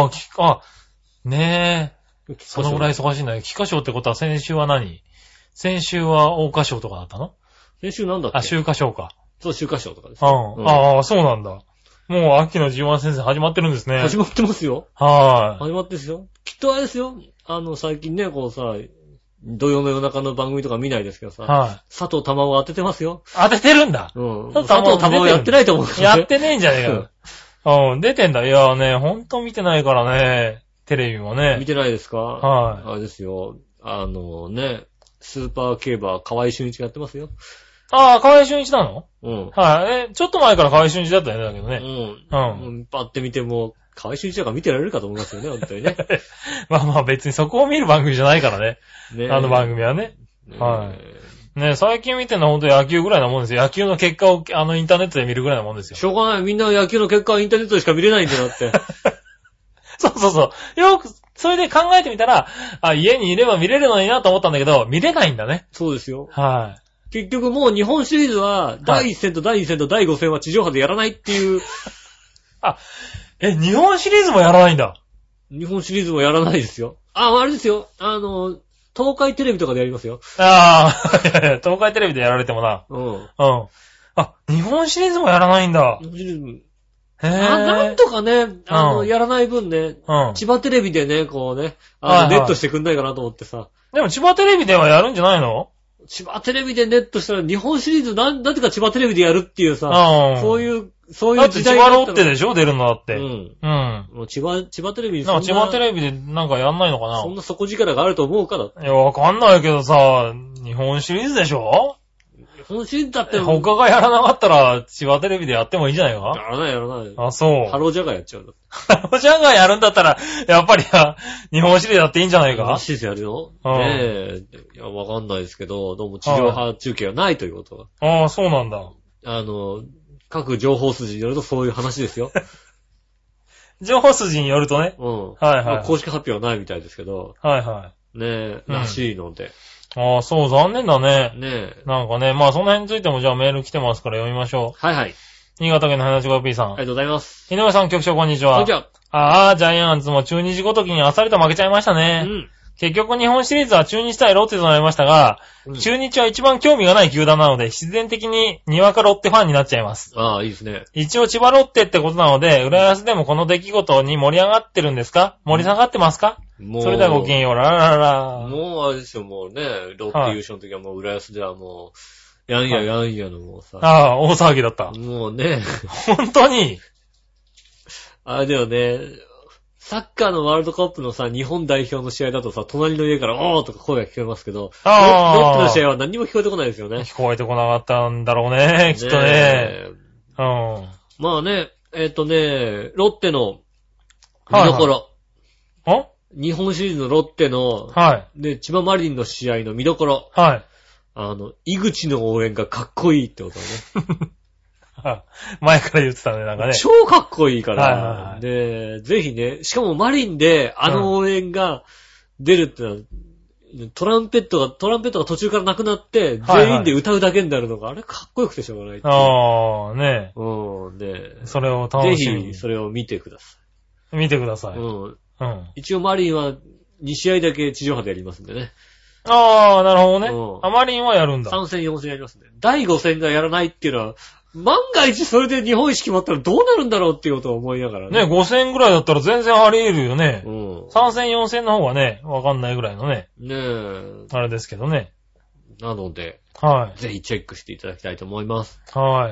ねえ。そのぐらい忙しいんだよ。菊花賞ってことは先週は何？先週は桜花賞とかだったの？ 先週なんだっけ？ 秋華賞か。 そう、秋華賞とかです。 そうなんだ。もう秋の G1 先生始まってるんですね。 始まってますよ。 はい。 始まってるんですよ。きっとあれですよ。最近ね、こうさ、土曜の夜中の番組とか見ないですけどさ、佐藤玉緒当ててますよ。 当ててるんだ。 佐藤玉緒やってないと思う。 やってねえんじゃねえか。出てんだ。いやね、ほんと見てないからね。テレビもね。 見てないですか？ はい。 あれですよ。ね、スーパー競馬、河合俊一がやってますよ。 河合俊一なの？ はい。 ちょっと前から河合俊一だったよね、だけどね。 パッて見ても、河合俊一だから見てられるかと思いますよね、本当にね。 まあ別にそこを見る番組じゃないからね。あの番組はね。はい。ね、最近見てるのはほんと野球ぐらいなもんですよ。野球の結果をインターネットで見るぐらいなもんですよ。 しょうがない。みんな野球の結果はインターネットでしか見れないんだよって。 そう。よく、それで考えてみたら、家にいれば見れるのになと思ったんだけど、見れないんだね。 そうですよ。 はい。 結局もう日本シリーズは、第1戦と第2戦と第5戦は地上波でやらないっていう。 日本シリーズもやらないんだ。 日本シリーズもやらないですよ。あれですよ。東海テレビとかでやりますよ。 東海テレビでやられてもな。日本シリーズもやらないんだ。 日本シリーズ。なんとかね、やらない分ね、千葉テレビでね、こうね、ネットしてくんないかなと思ってさ。 でも千葉テレビではやるんじゃないの？ 千葉テレビでネットしたら日本シリーズなんでか千葉テレビでやるっていうさ、そういう時代だって千葉ロッテでしょ出るのだって。 もう千葉テレビに千葉テレビでなんかやんないのかな？ そんな底力があると思うかだって。 いや、わかんないけどさ、日本シリーズでしょ？ 日本シリーズだって。 他がやらなかったら千葉テレビでやってもいいんじゃないか？ やらない。 そう。 ハロージャガーやっちゃう。 ハロージャガーやるんだったら、やっぱり日本シリーズやっていいんじゃないか？ 日本シリーズやるよ。ねえ。いや、わかんないですけど、どうも地上波中継はないということが。そうなんだ。 各情報筋によるとそういう話ですよ。 情報筋によるとね。 公式発表はないみたいですけど。ねえ、らしいので。 そう、残念だね。 ねえ。 なんかね、まあその辺についてもじゃあメール来てますから読みましょう。はい。 新潟県の花ちご P さん。ありがとうございます。 井上さん局長こんにちは。 こんにちは。 ジャイアンツも中日ごときにあっさりと負けちゃいましたね。結局日本シリーズは中日対ロッテとなりましたが、中日は一番興味がない球団なので、必然的ににわかロッテファンになっちゃいます。 いいですね。 一応千葉ロッテってことなので、浦安でもこの出来事に盛り上がってるんですか？盛り下がってますか？それではごきげんよう、ララララ。 もうあれですよ、もうね、ロッテ優勝の時はもう浦安ではもう、やんやのもうさ。 大騒ぎだった。 もうね。 本当にあれだよね。サッカーのワールドカップのさ、日本代表の試合だとさ、隣の家からおーとか声が聞こえますけど、ロッテの試合は何にも聞こえてこないですよね。 聞こえてこなかったんだろうね、きっとね。うん。 まあね、ロッテの見どころ。 はいはい、 日本シリーズのロッテの、 はい。 で、千葉マリンの試合の見どころ。 はい。 井口の応援がかっこいいってことね。 前から言ってたね、なんかね。 超かっこいいから。 はいはいはい、 で、ぜひね、しかもマリンで応援が出るってのは、トランペットが途中からなくなって、全員で歌うだけになるのが、あれかっこよくてしょうがないっていう。 ああ、ねえ。 それを楽しみに。 ぜひ、それを見てください。見てください。 一応マリンは2試合だけ地上波でやりますんでね。 ああ、なるほどね。マリンはやるんだ。 3戦4戦やりますんで。第5戦がやらないっていうのは、万が一それで日本一決まったらどうなるんだろうっていうことを思いながらね。5戦ぐらいだったら全然あり得るよね。3戦4戦の方がね、わかんないぐらいのね。 ねえ。 あれですけどね。 なので、 はい。 ぜひチェックしていただきたいと思います。 はい。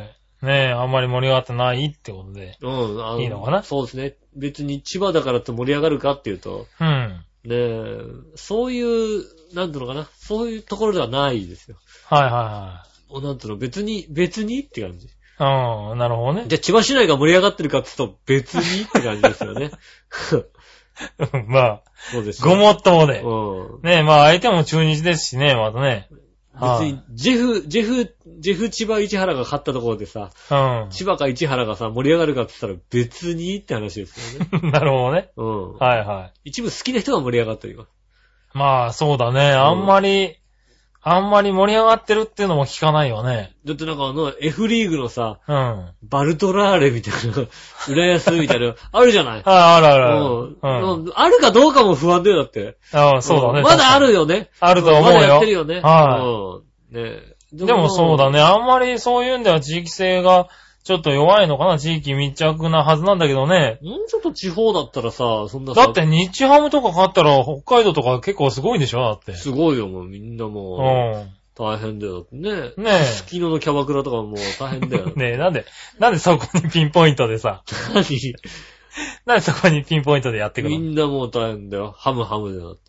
ねえ、あんまり盛り上がってないってことで。いいのかな？ そうですね。別に千葉だからって盛り上がるかっていうと、ねえ、そういう、なんていうのかな、そういうところではないですよ。 はいはいはい。 なんていうの、別にって感じ。 なるほどね。 じゃあ千葉市内が盛り上がってるかって言うと別にって感じですよね。 まあ、 そうです、 ごもっともで。ねえ、まあ相手も中日ですしね、またね。 別に、ジェフ千葉市原が勝ったところでさ、千葉か市原がさ、盛り上がるかって言ったら別にって話ですよね。 なるほどね。はいはい。 一部好きな人が盛り上がってるよ。 まあそうだね。あんまり盛り上がってるっていうのも聞かないよね。 だってなんかF リーグのさ、バルトラーレみたいな、浦安みたいな、あるじゃない？ ある。 あるかどうかも不安だよ、だって。 そうだね。 まだあるよね。 あると思うよ。 まだやってるよね。 でもそうだね。あんまりそういうんでは地域性がちょっと弱いのかな。地域密着なはずなんだけどね。 ちょっと地方だったらさ、そんなだって日ハムとか勝ったら北海道とか結構すごいんでしょだって。 すごいよ、もうみんなもう。大変だよ。ねえ。 ねえ。 月野のキャバクラとかもう大変だよ。 ねえ、なんでそこにピンポイントでさ。なんでそこにピンポイントでやってくるの？ みんなもう大変だよ。ハムでだって。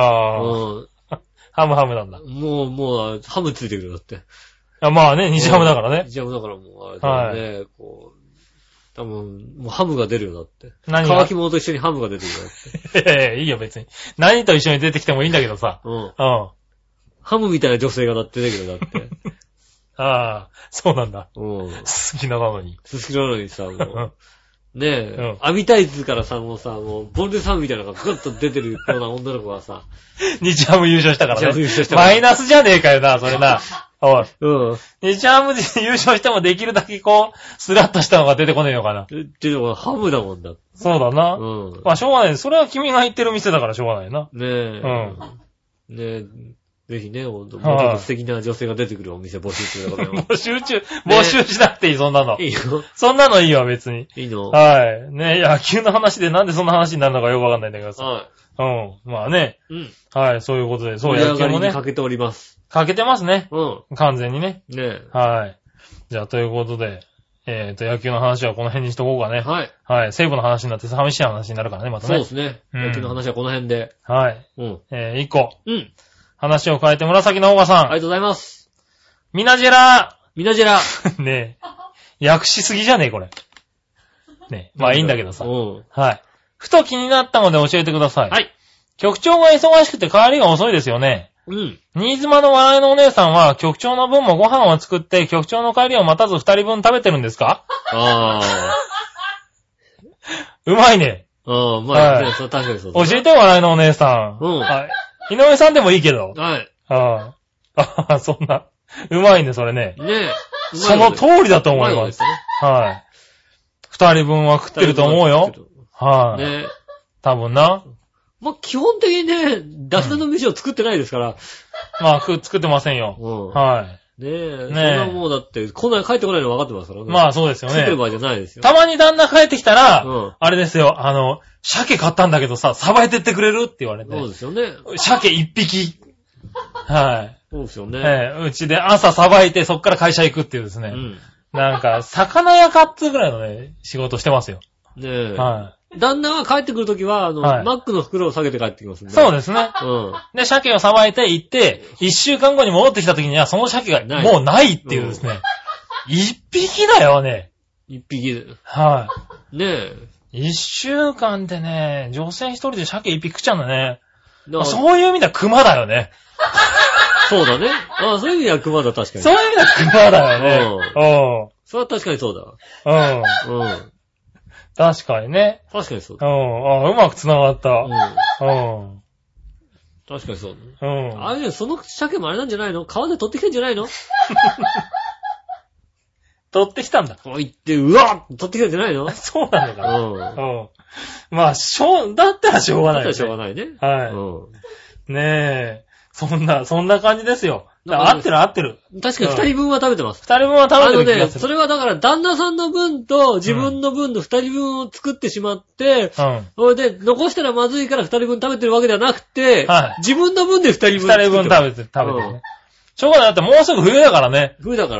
ハムなんだ。 もう、ハムついてくるだって。 まあね、日ハムだからね。 日ハムだからもう、あれだよね、多分、もうハムが出るよだって。乾き物と一緒にハムが出てくるだって。 いいよ別に。何と一緒に出てきてもいいんだけどさ。 ハムみたいな女性が出てくるだって。 そうなんだ。 すすきのなのに。 すきのなのにさ、もう。ねえ、網タイツからさ、もうボンデスハムみたいなのがグッと出てるような女の子がさ。 日ハム優勝したからね。マイナスじゃねえかよな、それな。日ハムで優勝してもできるだけスラッとしたのが出てこねえのかな。 っていうのがハムだもんだ。 そうだな。まあしょうがない。それは君が言ってる店だからしょうがないな。 ねえ。ねえ。ぜひね、もうちょっと素敵な女性が出てくるお店募集中だから。 募集しなくていい、そんなの。 いいよ。 そんなのいいわ、別に。 いいの？ はい。ね、野球の話でなんでそんな話になるのかよくわかんないんだけどさ。まあね。はい、そういうことで、そう、 野球もね。かけております。 かけてますね。完全にね。 ねはい。じゃあ、ということで、野球の話はこの辺にしとこうかね。はい。西武の話になって寂しい話になるからね、またね。 そうですね。野球の話はこの辺で。 はい。一個。話を変えて紫のオーガさん。 ありがとうございます。 ミナジェラねえ。訳しすぎじゃねえ、これ。ねえ。まあいいんだけどさ。はい。ふと気になったので教えてください。 はい。 局長が忙しくて帰りが遅いですよね。新妻の笑いのお姉さんは局長の分もご飯を作って局長の帰りを待たず二人分食べてるんですか？うまいね。 まあ、確かにそうだ。 教えて笑いのお姉さん。はい。井上さんでもいいけど。 はい。 そんな。うまいね、それね。 ねえ。その通りだと思います。はい。二人分は食ってると思うよ。はい。ねえ。多分な。 まあ、基本的にね、ダシの飯を作ってないですから。 まあ、作ってませんよ。はい。 ねえ。それはもうだって、帰ってこないの分かってますからね。 まあ、そうですよね。 作る場合じゃないですよ。 たまに旦那帰ってきたら、あれですよ、鮭買ったんだけどさ、さばいてってくれるって言われて。 そうですよね。 鮭一匹。はい。 そうですよね。 うちで朝さばいて、そっから会社行くっていうですね。なんか、魚屋かっつうぐらいのね、仕事してますよ。 ねえ。はい。旦那は帰ってくるときは、はい、マックの袋を下げて帰ってきますんで。 そうですね。うん。で、鮭をさばいて行って、1週間後に戻ってきたときには、その鮭がもうないっていうですね。1匹だよね。 1匹。 はい。 ねえ。 1週間でね、女性一人で鮭1匹食っちゃうんだね。そういう意味では熊だよね。 そうだね。そういう意味では熊だ、確かに。 そういう意味では熊だよね。 それは確かにそうだ。 確かにね。 確かにそうだ。 うまく繋がった。 確かにそうだね。あれね、その鮭もあれなんじゃないの？川で取ってきたんじゃないの？ 取ってきたんだ。 こう言って、うわっ取ってきたんじゃないの？ そうなのかな。まあ、だったらしょうがない、ね。 だったらしょうがないね。 はい。ねえ。そんな感じですよ。合ってる。 確かに2人分は食べてます。 2人分は食べてる気がする。 それはだから旦那さんの分と自分の分の2人分を作ってしまって、それで残したらまずいから2人分食べてるわけではなくて、自分の分で2人分 2人分食べてるね。しょうがない。だってもうすぐ冬だからね。 冬だから。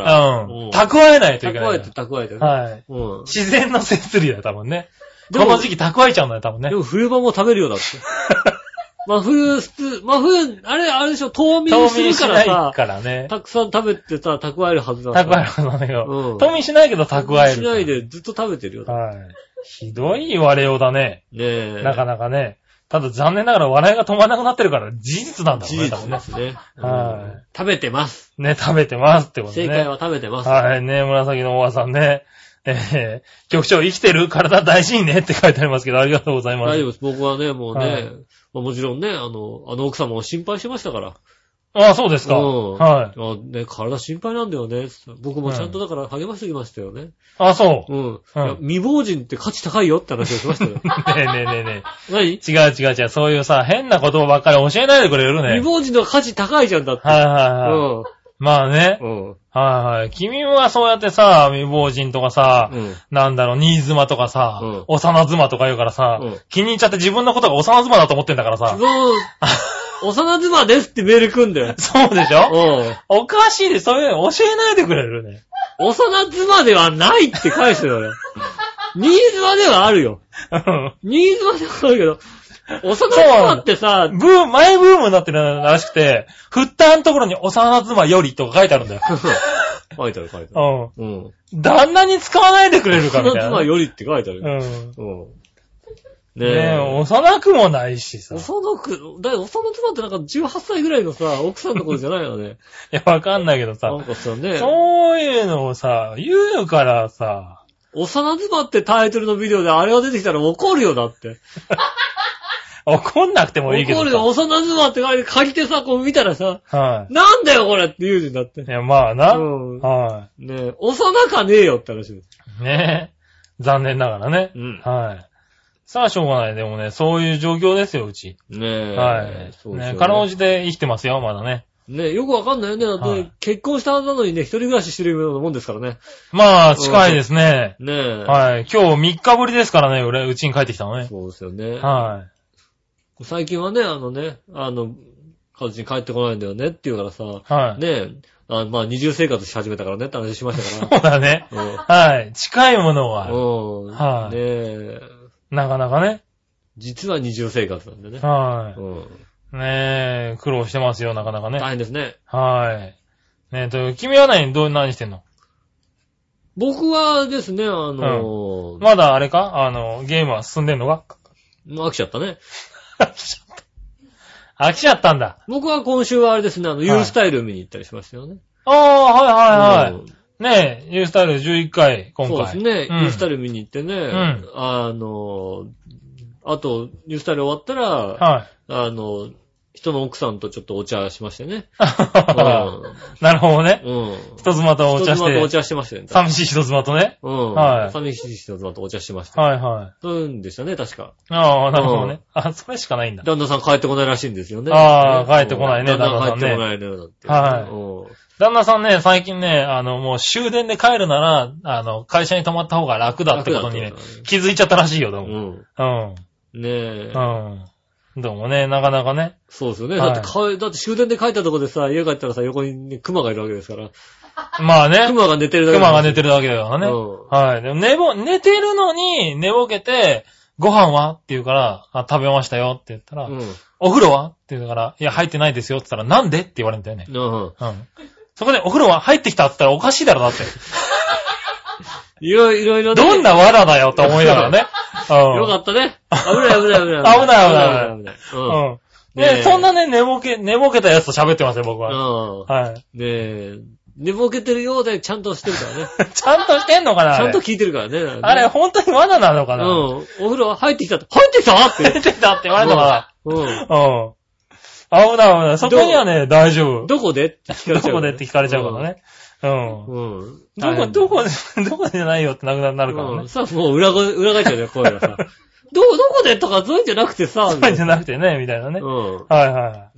蓄えないといけない。 蓄えて。 はい。自然の摂理だよ、多分ね。この時期蓄えちゃうんだよ、多分ね。 でも冬場も食べるようだって。真冬、あれでしょ、冬眠するからさ。冬眠しないからね。たくさん食べてさ、蓄えるはずだ。 蓄えるはずなんだけど。冬眠しないけど蓄える。 しないでずっと食べてるよ。 はい。ひどい言われようだね。 ねえ。 なかなかね。ただ残念ながら笑いが止まらなくなってるから事実なんだもんね。 事実ですね。 はい。 食べてます。 ね、食べてますってことね。 正解は食べてます。 はい、ね、紫のおばさんね。局長生きてる？体大事にねって書いてありますけど、ありがとうございます。 大丈夫です。僕はね、もうね、もちろんね、あの奥様を心配してましたから。 ああ、そうですか。はい。 ね、体心配なんだよね。僕もちゃんとだから励ましてきましたよね。 ああ、そう。 未亡人って価値高いよって話をしましたよ。 ねえ。 何？ 違う。そういうさ、変な言葉ばっかり教えないでくれるね。 未亡人の価値高いじゃんだって。 はい。まあね。はい。君はそうやってさ、未亡人とかさ、なんだろう、新妻とかさ、幼妻とか言うからさ、気に入っちゃって自分のことが幼妻だと思ってんだからさ。 幼妻ですってメール来んだよ。 そうでしょ？おかしいで、そういうの教えないでくれるね。 幼妻ではないって返してるよね。新妻ではあるよ。新妻ではあるけど、幼妻ってさ、 前ブームになってるらしくて、振ったんところに幼妻よりとか書いてあるんだよ。 書いてある。 旦那に使わないでくれるかみたいな。 幼妻よりって書いてある。 ねえ、幼くもないしさ。 幼妻ってなんか18歳ぐらいのさ、奥さんのことじゃないよね。 いや、わかんないけどさ。 なんかさね。 そういうのをさ、言うからさ。 幼妻ってタイトルのビデオであれが出てきたら怒るよ、だって。 怒んなくてもいいけど。 怒るよ、幼妻って借りてさ、こう見たらさ、なんだよこれって言うじゃんだって。 いや、まあな。 ねえ、幼かねえよって話です。 ねえ。残念ながらね。はい。さあ、しょうがない。でもね、そういう状況ですよ、うち。 ねえ。 はい。そうですね。かろうじて生きてますよ、まだね。 ねえ、よくわかんないよね。だって、結婚したはずなのにね、一人暮らししてるようなもんですからね。 まあ、近いですね。 ねえ。 はい。今日3日ぶりですからね、うちに帰ってきたのね。 そうですよね。 はい。 最近はね、家事に帰ってこないんだよねって言うからさ、 はい。 ねえ、まあ、二重生活し始めたからねって話しましたから。そうだね。はい。近いものは。 はい。ねえ。 なかなかね。 実は二重生活なんでね。 はい。ねえ、苦労してますよ、なかなかね。 大変ですね。 はい。ねえ君は何してんの？ 僕はですね、 まだあれかゲームは進んでんのか？ もう飽きちゃったね。 飽きちゃったんだ。 僕は今週はあれですね、ユースタイル見に行ったりしましたよね。 ああ、はい。ねえ、ユースタイル11回、今回。 そうですね、ユースタイル見に行ってね、あと、ユースタイル終わったら、人の奥さんとちょっとお茶しましてね。 なるほどね。人妻とお茶して。 人妻とお茶してましたね。 寂しい人妻とね。 寂しい人妻とお茶してました。そういうんでしたね、確か。 ああ、なるほどね。それしかないんだ。 旦那さん帰ってこないらしいんですよね。 帰ってこないね、旦那さんね。 帰ってこないね、だって。 旦那さんね、最近ね、もう終電で帰るなら、会社に泊まった方が楽だってことにね、気づいちゃったらしいよ、でも。 ねえ。 どうもね、なかなかね。 そうですよね。だって終電で帰ったとこでさ、家帰ったらさ、横にね、熊がいるわけですから。 まあね。 熊が寝てるだけ。 熊が寝てるだけだからね。はい。でも寝てるのに寝ぼけて、ご飯はって言うから、食べましたよって言ったら、お風呂はって言うから、いや、入ってないですよって言ったら、なんでって言われるんだよね。そこで、お風呂は入ってきたって言ったらおかしいだろ、だって。 いろいろね。 どんな藁だよと思いながらね。 よかったね。危ない。 危ない。で、そんなね、寝ぼけたやつと喋ってますよ、僕は。はい。 寝ぼけてるようでちゃんとしてるからね。 ちゃんとしてんのかなちゃんと聞いてるからね。 あれ、本当に罠なのかなお風呂入ってきたって、入ってきたって入ってきたって言われたから。危ない。そこにはね、大丈夫。 どこでって聞かれちゃう。 どこでって聞かれちゃうからね。どこでじゃないよってなくなるからね。 さあ、もう裏返っちゃうよ、こういうのさ。どこでとかそういうんじゃなくてさ。 そういうんじゃなくてね、みたいなね。はい。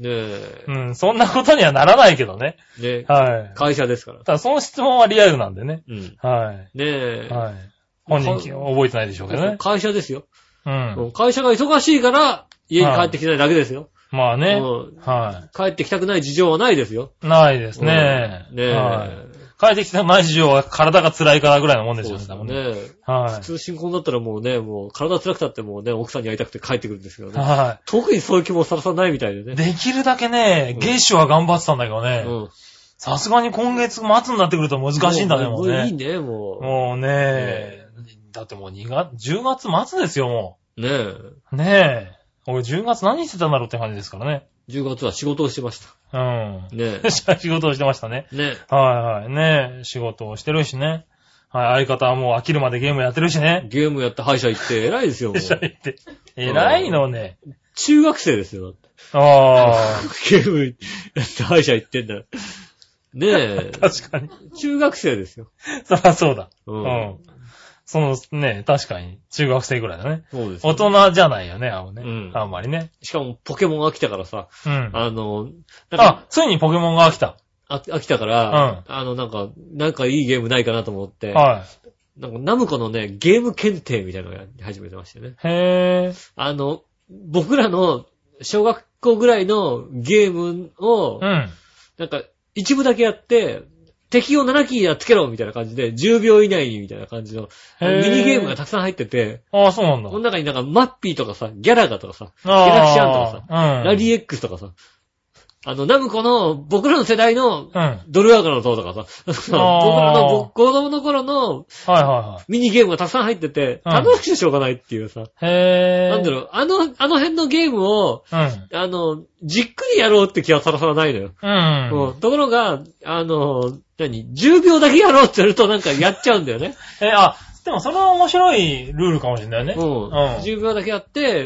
そんなことにはならないけどね。はい。 会社ですから。 ただその質問はリアルなんでね。はい。 はい。 本人覚えてないでしょうけどね。 会社ですよ。会社が忙しいから家に帰ってきてないだけですよ。 まあね。 はい。帰ってきたくない事情はないですよ。 ないですね。帰ってきたない事情は体が辛いからぐらいのもんですよね。 そうですね。はい。普通新婚だったらもうね、体辛くたってもうね、奥さんに会いたくて帰ってくるんですけどね。はい。特にそういう気もさらさないみたいでね。 できるだけね、月初は頑張ってたんだけどね。さすがに今月末になってくると難しいんだね、もうね。 いいね、もう。 もうね、だってもう10月末ですよ、もう。ねえ。ねえ。俺10月何してたんだろうって感じですからね。 10月は仕事をしてました。 ねえ。仕事をしてましたね。 ねはい。ねえ。仕事をしてるしね。はい。相方はもう飽きるまでゲームやってるしね。 ゲームやって歯医者行って偉いですよ、もう。 歯医者行って。偉いのね。 中学生ですよ、だって。ゲームやって歯医者行ってんだ。ねえ。 確かに。 中学生ですよ。 そりゃそうだ。そのね、確かに、中学生ぐらいだね。 そうです、 大人じゃないよね、あんまりね。 しかも、ポケモンが来たからさ。 ついにポケモンが飽きた。 飽きたから、なんかいいゲームないかなと思って。はい。なんか、ナムコのね、ゲーム検定みたいなのをやり始めてましたよね。 へー。 僕らの、小学校ぐらいのゲームを、なんか、一部だけやって、敵を7キーやっつけろみたいな感じで、10秒以内にみたいな感じの、ミニゲームがたくさん入ってて、 そうなんだ。 この中になんか、マッピーとかさ、ギャラガとかさ、ギャラクシャンとかさ、ラリー X とかさ、ナムコの、僕らの世代の、ドルアーカの塔とかさ、僕らの子供の頃の、ミニゲームがたくさん入ってて、楽しくてしょうがないっていうさ、なんだろう、あの辺のゲームを、じっくりやろうって気はさらさらないのよ。ところが、10秒だけやろうってやるとなんかやっちゃうんだよね。 でもそれは面白いルールかもしれないね。 10秒だけやって、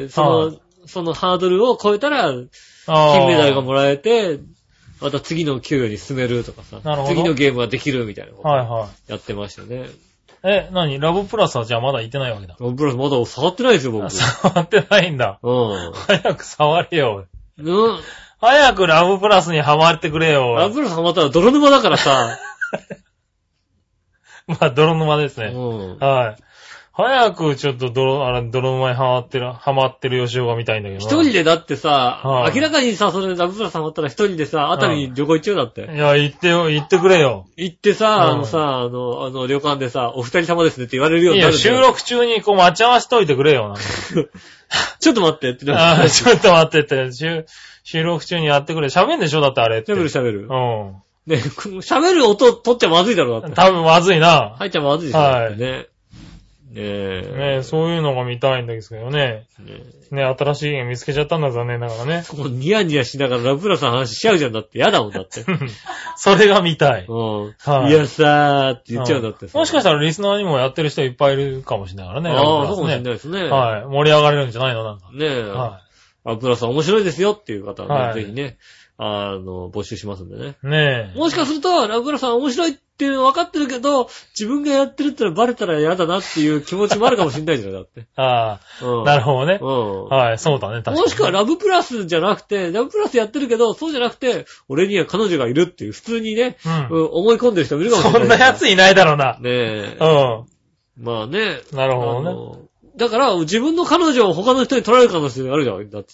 そのハードルを超えたら、金メダルがもらえて、また次の給与に進めるとかさ、次のゲームができるみたいなことをやってましたね。 何ラブプラスはじゃあまだ行ってないわけだ。 ラブプラスまだ触ってないですよ、僕。 触ってないんだ。早く触れよ。早くラブプラスにハマってくれよ。 ラブプラスハマったら泥沼だからさ。 まあ、泥沼ですね。はい。早くちょっと泥沼にハマってる吉尾が見たいんだけど。 一人でだってさ、明らかにさ、それラブプラスハマったら一人でさ、熱海に旅行行っちゃうだって。 いや、行ってくれよ。 行ってさ、旅館でさ、お二人様ですねって言われるようになるんだよ。 いや、収録中にこう待ち合わせといてくれよ。 ちょっと待ってって。 ちょっと待ってって。収録中にやってくれ。喋んでしょだってあれって。 喋る。ね、喋る音取っちゃまずいだろ、だって。 多分まずいな。 入っちゃまずいでしょ。はい。ね。 そういうのが見たいんですけどね。新しいゲーム見つけちゃったんだ、残念ながらね。 もうニヤニヤしながらラブプラスの話しちゃうじゃんだって。やだもんだって。 それが見たい。 いやさーって言っちゃうんだってさ。 もしかしたらリスナーにもやってる人いっぱいいるかもしれないからね。 そうかもしれないですね。 はい。盛り上がれるんじゃないのなんか。 ラブプラスは面白いですよっていう方はね、ぜひね、募集しますんでね。 ねえ。 もしかすると、ラブプラスは面白いっていうの分かってるけど、自分がやってるってのはバレたら嫌だなっていう気持ちもあるかもしれないじゃないだって。 なるほどね。はい、そうだね、確かに。 もしくはラブプラスじゃなくて、ラブプラスやってるけど、そうじゃなくて、俺には彼女がいるっていう、普通にね、思い込んでる人もいるかもしれない。 そんな奴いないだろうな。 ねえ。まあね。 なるほどね。 だから、自分の彼女を他の人に取られる可能性があるじゃん。だって。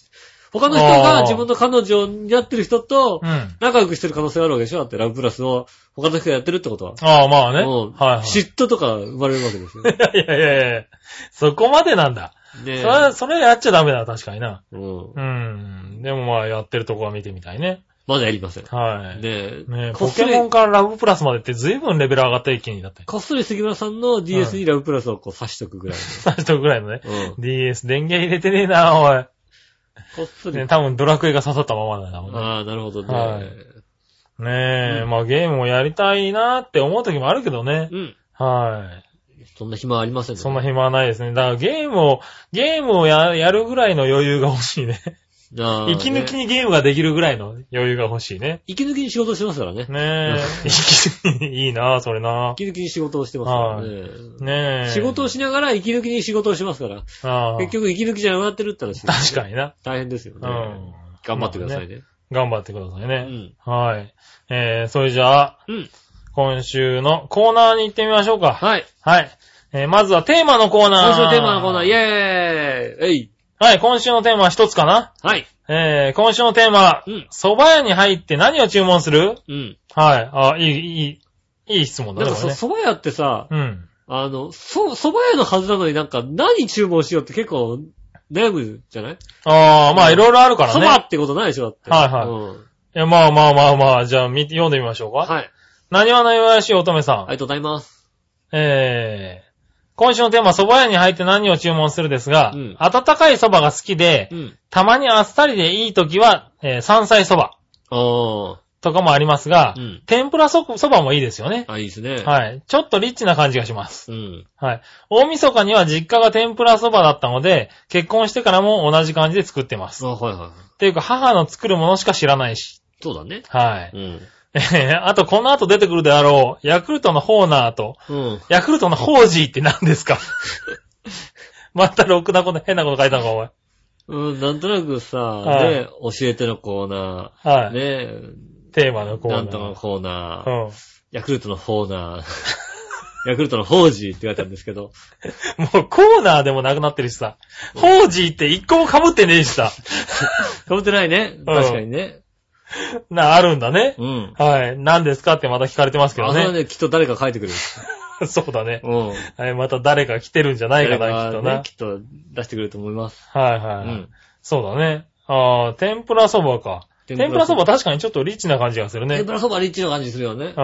他の人が自分の彼女になってる人と、仲良くしてる可能性があるわけでしょ？だってラブプラスを他の人がやってるってことは。 ああ、まあね。 はい。嫉妬とか生まれるわけですよ。 いや。そこまでなんだ。それやっちゃダメだ、確かにな。でもまあ、やってるとこは見てみたいね。 まだやりません。 はい。ねポケモンからラブプラスまでって随分レベル上がった一気になって。 こっそり杉村さんの DS にラブプラスをこう刺しとくぐらい。 刺しとくぐらいのね。DS 電源入れてねえな、おい。 こっそり。 ね、多分ドラクエが刺さったままだな。 ああ、なるほどね。 はい。ねえ、まあゲームをやりたいなって思う時もあるけどね。はい。 そんな暇はありませんね。 そんな暇はないですね。だからゲームをやるぐらいの余裕が欲しいね。息抜きにゲームができるぐらいの余裕が欲しいね。 息抜きに仕事してますからね。 ねえ。息抜きにいいなそれな。 息抜きに仕事をしてますからね。 ねえ。 仕事をしながら息抜きに仕事をしますから。結局息抜きじゃなくなってるって話。 確かにな。 大変ですよね。頑張ってくださいね。 頑張ってくださいね。はい。それじゃあ、今週のコーナーに行ってみましょうか。はい。はい。まずはテーマのコーナー。 今週のテーマのコーナー、イェーイ。 はい、今週のテーマは一つかな。はい。今週のテーマ、蕎麦屋に入って何を注文する？はい。いい質問だね。 なんか蕎麦屋ってさ、蕎麦屋のはずなのになんか何注文しようって結構悩むじゃない？ ああ、まあいろいろあるからね。 蕎麦ってことないでしょだって。はいはい。 いや、まあ、じゃあ読んでみましょうか。はい。何話のよやしい乙女さん。 ありがとうございます。 今週のテーマ、蕎麦屋に入って何を注文するですが、温かい蕎麦が好きで、たまにあっさりでいい時は、山菜蕎麦。とかもありますが、天ぷら蕎麦もいいですよね。 あ、いいですね。 はい。ちょっとリッチな感じがします。はい。大晦日には実家が天ぷら蕎麦だったので、結婚してからも同じ感じで作ってます。 はいはい。 っていうか、母の作るものしか知らないし。 そうだね。 はい。あと、この後出てくるであろう、ヤクルトのホーナーと、ヤクルトのホージーって何ですか？またろくなこと、変なこと書いたのか、お前。 なんとなくさ、ね、教えてのコーナー。はい。ね、 テーマのコーナー。 なんとのコーナー。ヤクルトのホーナー。ヤクルトのホージーって言われたんですけど。 もうコーナーでもなくなってるしさ。ホージーって一個も被ってねえしさ。 被ってないね。確かにね。 あるんだね。はい。何ですかってまた聞かれてますけどね。 それはね、きっと誰か書いてくれる。そうだね。はい。また誰か来てるんじゃないかな、きっとな。 きっと出してくれると思います。 はいはい。そうだね。天ぷらそばか。天ぷらそば確かにちょっとリッチな感じがするね。 天ぷらそばリッチな感じするよね。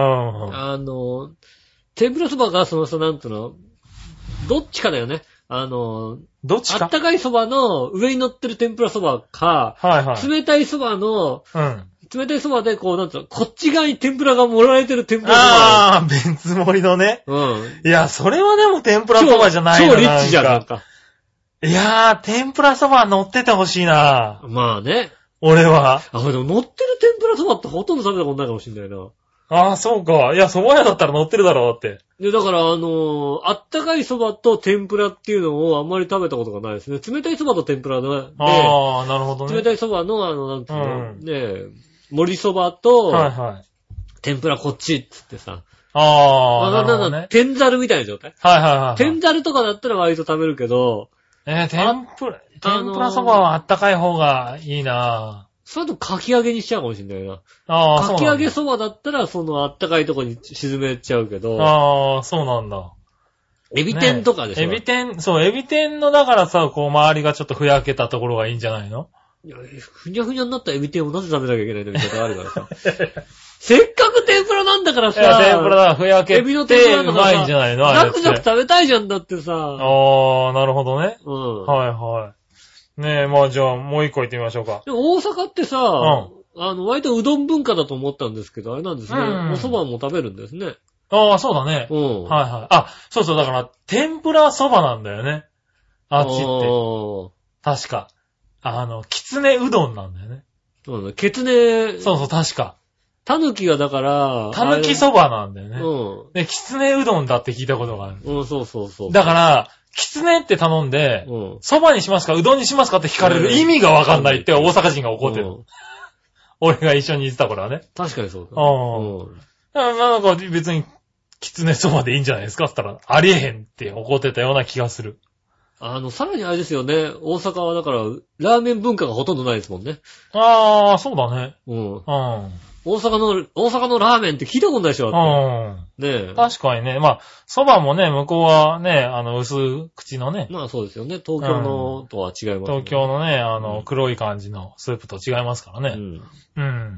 天ぷらそばがなんていうの、どっちかだよね。どっちかあったかいそばの上に乗ってる天ぷらそばか、冷たいそばの、冷たいそばでなんていうの、こっち側に天ぷらが盛られてる天ぷらそば。 ああ、弁つ盛りのね。いや、それはでも天ぷらそばじゃないの超リッチじゃん、なんか。 いやー、天ぷらそば乗っててほしいな。 まあね。 俺は。 でも乗ってる天ぷらそばってほとんど食べたことないかもしんないな。 ああ、そうか。いや、蕎麦屋だったら乗ってるだろうって。 で、だから、あったかい蕎麦と天ぷらっていうのをあんまり食べたことがないですね。冷たい蕎麦と天ぷらで。 ああ、なるほどね。 冷たい蕎麦の、なんていうの、ね、盛り蕎麦と、天ぷらこっちっつってさ。 ああ、なるほどね。 天ざるみたいな状態。天ざるとかだったら割と食べるけど。 天ぷら蕎麦はあったかい方がいいな。 それとかき揚げにしちゃうかもしんないな。かき揚げそばだったら、あったかいとこに沈めちゃうけど。 ああ、そうなんだ。 エビ天とかでしょ。 エビ天のだからさ、周りがちょっとふやけたところがいいんじゃないの？ いや、ふにゃふにゃになったエビ天をなぜ食べなきゃいけないのみたいなのあるからさ。せっかく天ぷらなんだからさ。 いや、天ぷらだ、ふやけてうまいんじゃないの？ ザクザク食べたいじゃんだってさ。 ああ、なるほどね。はいはい。ねえ、まあじゃあもう一個行ってみましょうか。 でも大阪ってさ、割とうどん文化だと思ったんですけど、あれなんですね。お蕎麦も食べるんですね。 ああ、そうだね。はいはい。あ、そうそう、だから、天ぷら蕎麦なんだよね。あっちって。確か。きつねうどんなんだよね。 そうだね。きつね。 そうそう、確か。 たぬきがだから、 たぬき蕎麦なんだよね。で、きつねうどんだって聞いたことがある。 そうそうそう。 だから、きつねって頼んで、蕎麦にしますかうどんにしますかって聞かれる意味がわかんないって大阪人が怒ってる。俺が一緒にいてた頃はね。 確かにそうだ。 なんか別に、きつね蕎麦でいいんじゃないですかって言ったら、ありえへんって怒ってたような気がする。 さらにあれですよね。大阪はだから、ラーメン文化がほとんどないですもんね。 ああ、そうだね。 うん。大阪のラーメンって聞いたことないでしょ、だって。ねえ。 確かにね。まあ、蕎麦もね、向こうはね、薄口のね。 まあそうですよね。東京のとは違いますね。 東京のね、黒い感じのスープと違いますからね。うん。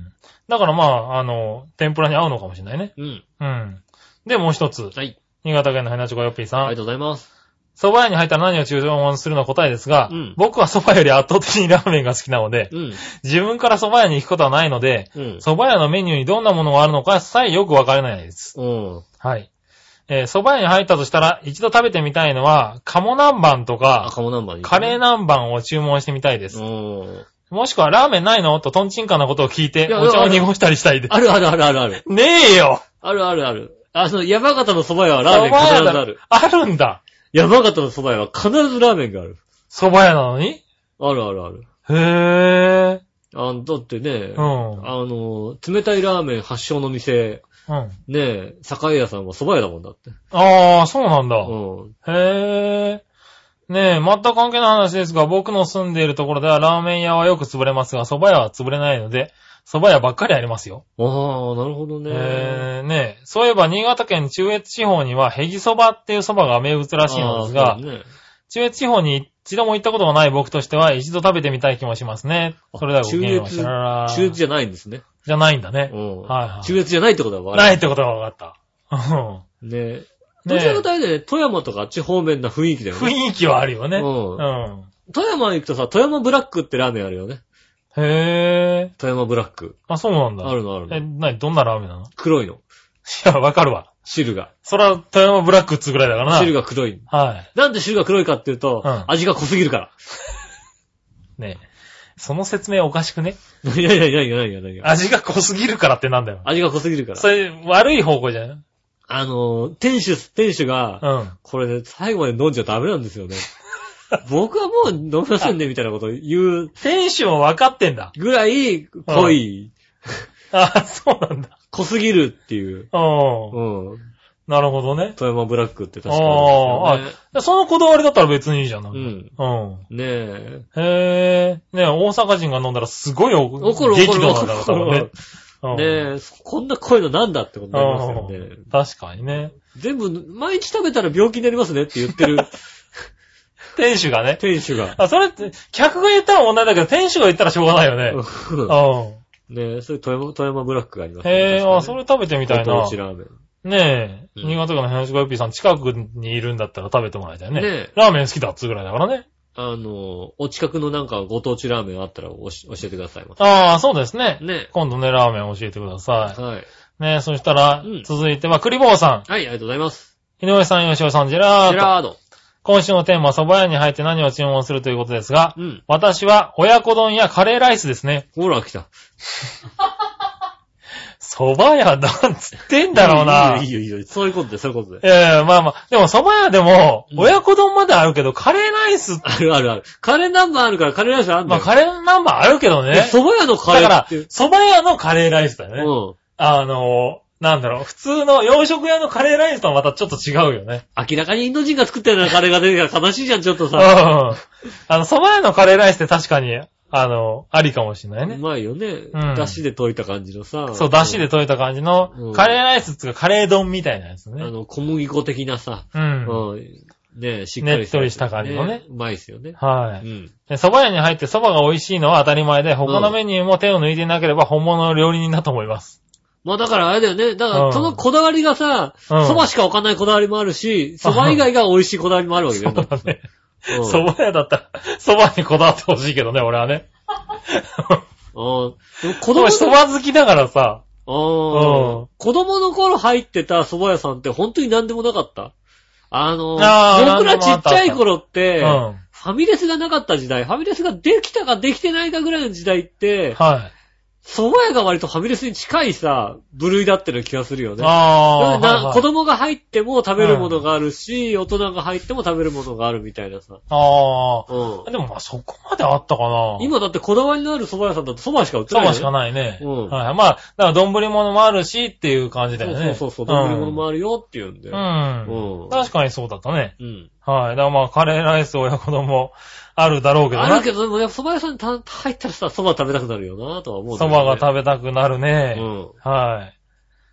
だからまあ、天ぷらに合うのかもしれないね。うん。で、もう一つ。はい。新潟県のヘナチョコヨッピーさん。 ありがとうございます。 蕎麦屋に入ったら何を注文するの答えですが、僕は蕎麦より圧倒的にラーメンが好きなので、自分から蕎麦屋に行くことはないので、蕎麦屋のメニューにどんなものがあるのかさえよくわからないです。はい。蕎麦屋に入ったとしたら、一度食べてみたいのは、鴨南蛮とか、カレー南蛮を注文してみたいです。もしくはラーメンないのとトンチンカンなことを聞いて、お茶を濁したりしたいです。 ある。 ねえよ。 ある。山形の蕎麦屋はラーメン必ずある。 あるんだ。 山形の蕎麦屋は必ずラーメンがある。 蕎麦屋なのに？ ある。 へぇだってね、冷たいラーメン発祥の店、ねえ、栄屋さんは蕎麦屋だもんだって。 ああ、そうなんだ。へぇねえ、全く関係ない話ですが、僕の住んでいるところではラーメン屋はよく潰れますが、蕎麦屋は潰れないので、蕎麦屋ばっかりありますよ。 ああ、なるほどね。 ねえ、そういえば新潟県中越地方にはヘギ蕎麦っていう蕎麦が名物らしいのですが、中越地方に一度も行ったことがない僕としては一度食べてみたい気もしますね。それではごきげんよう。 中越じゃないんですね。 じゃないんだね。 中越じゃないってことは分かる。 ないってことが分かった。 ねえ。どちらかというとね、富山とかあっち方面な雰囲気だよね。 雰囲気はあるよね。 富山行くとさ、富山ブラックってラーメンあるよね。 へぇー。 富山ブラック。 あ、そうなんだ。 あるの。 どんなラーメンなの？ 黒いの。 いや、わかるわ。 汁が。 そら、富山ブラックっつぐらいだからな。 汁が黒い。 はい。 なんで汁が黒いかっていうと、味が濃すぎるから。 ねえ。その説明おかしくね？ いや。 味が濃すぎるからってなんだよ。 味が濃すぎるから。 それ、悪い方向じゃん。 店主が、これね、最後まで飲んじゃダメなんですよね。僕はもう飲みませんね、みたいなこと言う。 店主も分かってんだ。 ぐらい、濃い。 あ、そうなんだ。 濃すぎるっていう。 なるほどね。 富山ブラックって確かに、 ね。そのこだわりだったら別にいいじゃん。 ねえ。ねえ、大阪人が飲んだらすごい激怒なんだろう、多分ね。 ねえ、こんな濃いのなんだってことになりますよね。 確かにね。 全部、毎日食べたら病気になりますねって言ってる。 店主がね。 店主が。 それって、客が言ったら問題だけど、店主が言ったらしょうがないよね。 ねえ、それ富山ブラックがありますね。それ食べてみたいな。 ご当地ラーメン。 ねえ、新潟県のヘナチョコヨッピーさん近くにいるんだったら食べてもらいたいね。ねえ。ラーメン好きだっつうぐらいだからね。 お近くのなんかご当地ラーメンあったら教えてくださいませ。 ああ、そうですね。 ね。 今度ね、ラーメン教えてください。 はい。 ね、そしたら、続いては、クリボーさん。 はい、ありがとうございます。 井上さん、吉尾さん、ジェラード。今週のテーマは蕎麦屋に入って何を注文するということですが、私は親子丼やカレーライスですね。 ほら、来た。 蕎麦屋なんつってんだろうな。 いいよ。そういうことで。 まあ。でも蕎麦屋でも、親子丼まであるけど、カレーライスある。カレー南蛮あるからカレーライスあるんだよ。 まあ、カレー南蛮あるけどね。 蕎麦屋のカレー。 だから、蕎麦屋のカレーライスだよね。なんだろう、普通の洋食屋のカレーライスとはまたちょっと違うよね。 明らかにインド人が作ったようなカレーが出てから悲しいじゃん、ちょっとさ。 蕎麦屋のカレーライスって確かに、ありかもしれないね。 うまいよね。だしで溶いた感じのさ。 そう、だしで溶いた感じの、カレーライスっていうかカレー丼みたいなやつね。 小麦粉的なさ。ねしっかりねっとりした感じのね。 うまいですよね。 はい。蕎麦屋に入って蕎麦が美味しいのは当たり前で、他のメニューも手を抜いていなければ本物の料理人だと思います。 まあだからあれだよね。だからそのこだわりがさ、蕎麦しか置かないこだわりもあるし、蕎麦以外が美味しいこだわりもあるわけだよね。そうだね。 蕎麦屋だったら、蕎麦にこだわってほしいけどね、俺はね。 蕎麦好きだからさ。 子供の頃入ってた蕎麦屋さんって本当に何でもなかった？僕らちっちゃい頃って、ファミレスがなかった時代、ファミレスができたかできてないかぐらいの時代って、蕎麦屋が割とファミレスに近いさ、部類だってる気がするよね。子供が入っても食べるものがあるし、大人が入っても食べるものがあるみたいなさ。でもまあそこまであったかな。 今だってこだわりのある蕎麦屋さんだと蕎麦しか売ってないね。蕎麦しかないね。はい。まあ、だから丼物もあるしっていう感じだよね。 そう。丼物もあるよっていうんで。 確かにそうだったね。 はい。だからまあ、カレーライス親子丼もあるだろうけどね。 あるけど、でも蕎麦屋さんに入ったらさ、蕎麦食べたくなるよなとは思う、 ね。蕎麦が食べたくなるね。 うん。 はい。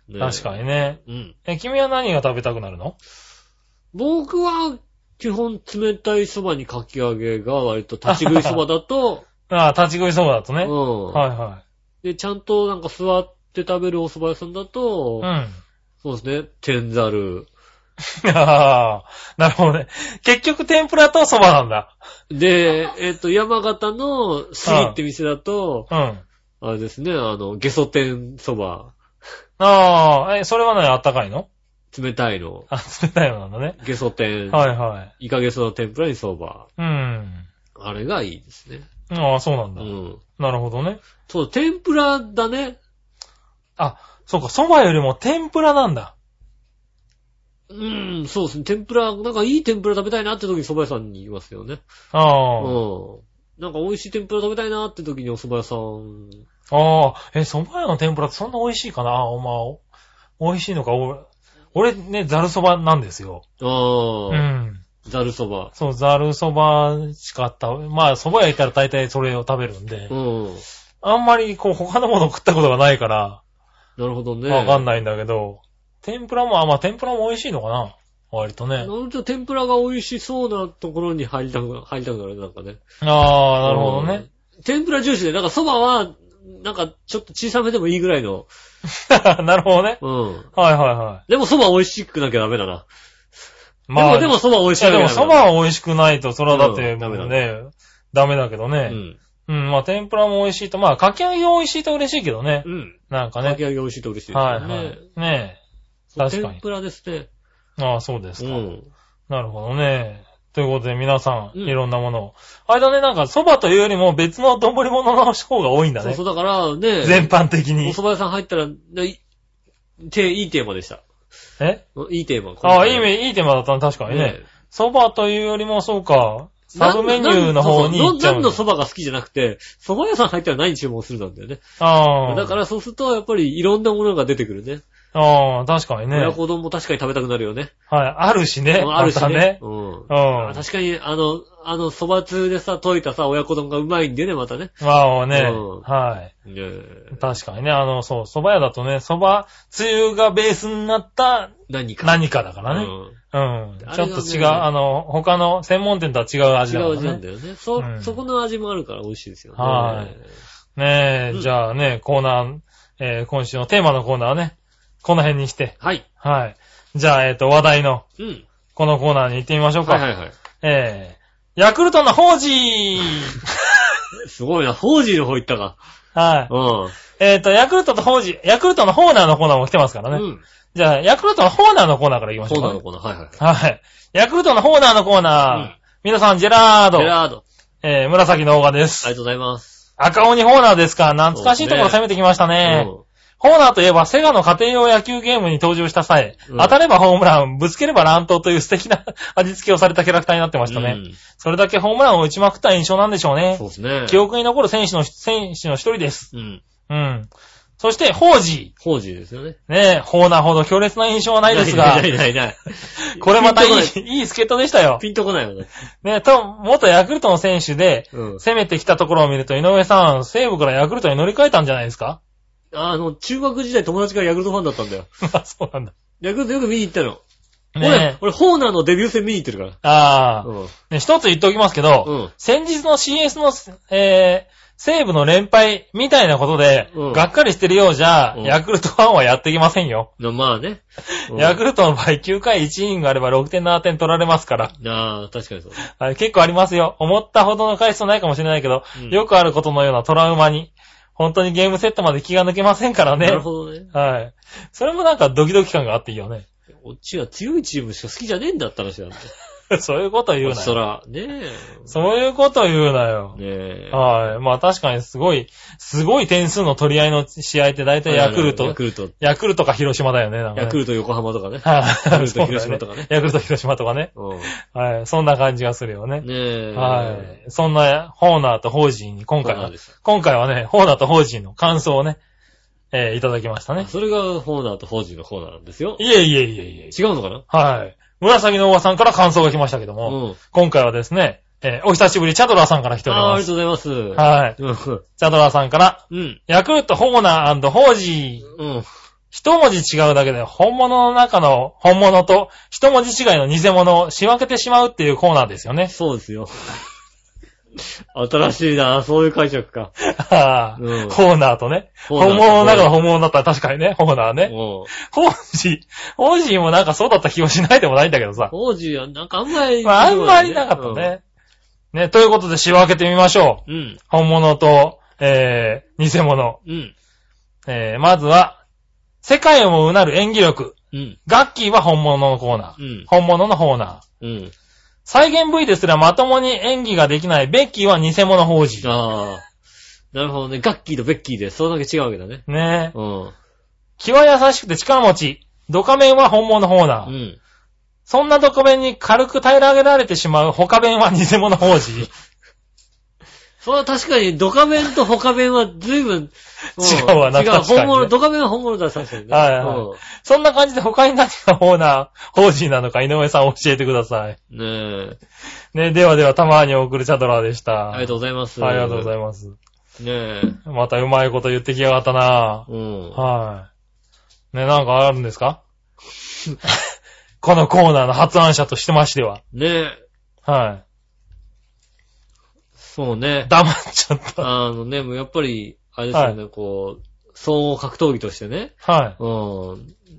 ね、確かにね。うん。君は何が食べたくなるの？ 僕は、基本冷たい蕎麦にかき揚げが割と立ち食い蕎麦だと。 ああ、立ち食い蕎麦だとね。うん。はいはい。 で、ちゃんとなんか座って食べるお蕎麦屋さんだと、うん。そうですね、天ざる。 ああ、なるほどね。結局天ぷらと蕎麦なんだ。 で、山形の杉って店だと、うん。あれですね、ゲソ天蕎麦。 ああ、それは何、あったかいの？ 冷たいの。 あ、冷たいのなんだね。 ゲソ天。 はいはい。 イカゲソの天ぷらに蕎麦。 うん。 あれがいいですね。 ああ、そうなんだ。うん。なるほどね。 そう、天ぷらだね。 あ、そうか、蕎麦よりも天ぷらなんだ。 そうですね。天ぷら、なんかいい天ぷら食べたいなって時に蕎麦屋さんに行きますよね。 ああ。 うん。なんか美味しい天ぷら食べたいなって時にお蕎麦屋さん。 ああ、蕎麦屋の天ぷらってそんな美味しいかな？まあ、美味しいのか、俺ね、ざる蕎麦なんですよ。 ああ。うん。ざる蕎麦。 そう、ざる蕎麦しかあった。まあ、蕎麦屋行ったら大体それを食べるんで。うん。あんまりこう他のもの食ったことがないから。 なるほどね。 わかんないんだけど。天ぷらも、まあ天ぷらも美味しいのかな？割とね。 なんと天ぷらが美味しそうなところに入りたくなる、なんかね。 ああ、なるほどね。 天ぷら重視で、なんか蕎麦は、なんかちょっと小さめでもいいぐらいの。 なるほどね。うん。はいはいはい。 でも蕎麦美味しくなきゃダメだな。まあ。でも蕎麦美味しくなきゃダメだ。 でも蕎麦は美味しくないと、それはだって、ダメだけどね。うん。まあ天ぷらも美味しいと、まあかき揚げが美味しいと嬉しいけどね。うん。なんかね。 かき揚げ美味しいと嬉しいですよね。はいはい。 ねえ。確かに。 天ぷらですね。 ああ、そうですか。うん。なるほどね。ということで皆さん、いろんなものを。あれだね、なんか蕎麦というよりも別の丼物の方が多いんだね。 そうだからね。 全般的に。 お蕎麦屋さん入ったら、いいテーマでした。いいテーマ。 ああ、いいテーマだったの、確かにね。蕎麦というよりもそうか。サブメニューの方に行っちゃう。 何の蕎麦が好きじゃなくて、蕎麦屋さん入ったら何注文するなんだよね。ああ。だからそうすると、やっぱりいろんなものが出てくるね。 ああ、確かにね。 親子丼も確かに食べたくなるよね。 はい、あるしね。 あるしね。うん。確かに、蕎麦通でさ、溶いたさ、親子丼がうまいんでね、またね。 まあね。はい。確かにね、そう、蕎麦屋だとね、蕎麦つゆがベースになった何かだからね。うん。ちょっと違う、他の専門店とは違う味だからね。違う味なんだよね。そこの味もあるから美味しいですよね。 はい。ねえ、じゃあね、コーナー、今週のテーマのコーナーはね、この辺にして。 はい。 はい。じゃあ、話題の、このコーナーに行ってみましょうか。 はいはいはい。 ヤクルトのホージーすごいな、ホージーの方行ったか。 はい。ヤクルトのホーナーのコーナーも来てますからね。うん。じゃあ、ヤクルトのホーナーのコーナーから行きましょうか。 ホーナーのコーナー、はいはい。 はい。ヤクルトのホーナーのコーナー。皆さん、ジェラード。紫のオーガです。 ありがとうございます。 赤鬼ホーナーですか。懐かしいところ攻めてきましたね。ホーナーといえばセガの家庭用野球ゲームに登場した際、当たればホームラン、ぶつければ乱闘という素敵な味付けをされたキャラクターになってましたね。それだけホームランを打ちまくった印象なんでしょうね。 そうですね。 記憶に残る選手の一人です。うん。そして、ホージー。 ホージーですよね。 ねえ、ホーナーほど強烈な印象はないですが。 ない。 これまたいい助っ人でしたよ。 ピンとこないよね。 ねえ、元ヤクルトの選手で、攻めてきたところを見ると、井上さん、西武からヤクルトに乗り換えたんじゃないですか？ 中学時代友達がヤクルトファンだったんだよ。 あ、そうなんだ。 ヤクルトよく見に行ったの。ね、俺、ホーナーのデビュー戦見に行ってるから。 ああ。ね、一つ言っておきますけど、先日の CS の、西武の連敗みたいなことで、がっかりしてるようじゃ、ヤクルトファンはやってきませんよ。 まあね。 ヤクルトの場合、9回1イニングあれば6点7点取られますから。 ああ、確かにそう。 はい、結構ありますよ。思ったほどの回数ないかもしれないけど、よくあることのようなトラウマに。本当にゲームセットまで気が抜けませんからね。 なるほどね。 はい。それもなんかドキドキ感があっていいよね。 こっちは強いチームしか好きじゃねえんだった話なんだ。 そういうこと言うなよ。 そら、ねえ。 そういうこと言うなよ。 ねえ。 はい。まあ確かにすごい点数の取り合いの試合って大体ヤクルトか広島だよね。 ヤクルト横浜とかね。ヤクルト広島とかね。 ヤクルト広島とかね。はい。そんな感じがするよね。 ねえ。 はい。そんなホーナーとホージーに今回はね、ホーナーとホージーの感想をね、いただきましたね。 それがホーナーとホージーのコーナーなんですよ。 いえ。 違うのかな？ はい。 紫のおばさんから感想が来ましたけども、今回はですね、お久しぶり、チャドラーさんから来ております。 ありがとうございます。 はい。チャドラーさんから、ヤクルト、ホーナー&ホージー。一文字違うだけで本物の中の本物と一文字違いの偽物を仕分けてしまうっていうコーナーですよね。 そうですよ。新しいな、そういう解釈か。 ホーナーとね。本物の中の本物だったら確かにね、ホーナーね。ホージーもなんかそうだった気がしないでもないんだけどさ。 ホージーはなんかあんまり、 あんまりなかったね。ね、ということで仕分けてみましょう。本物と、偽物。まずは、世界をもうなる演技力。ガッキーは本物のコーナー。本物のホーナー。再現 V ですらまともに演技ができないベッキーは偽物ホージー。 ああ。なるほどね。ガッキーとベッキーで、それだけ違うわけだね。 ねえ。気は優しくて力持ち。ドカメンは本物のホーナー。そんなドカメンに軽く平らげられてしまうホカベンは偽物ホージー。 それは確かにドカメンとホカベンは随分違うわな、確かに、ね。 本物、ドカメンは本物だ、確かにね。 はいはい。そんな感じで他に何がホージーなのか井上さん教えてください。 ねえ。 ね、ではではたまに送るチャドラーでした。 ありがとうございます。 ありがとうございます。ねえ。 またうまいこと言ってきやがったなはい。ね、なんかあるんですかこのコーナーの発案者としてましては。 ねえ。 はい。 そうね。 黙っちゃった。 もうやっぱり、あれですよね、こう、総合格闘技としてね。 はい。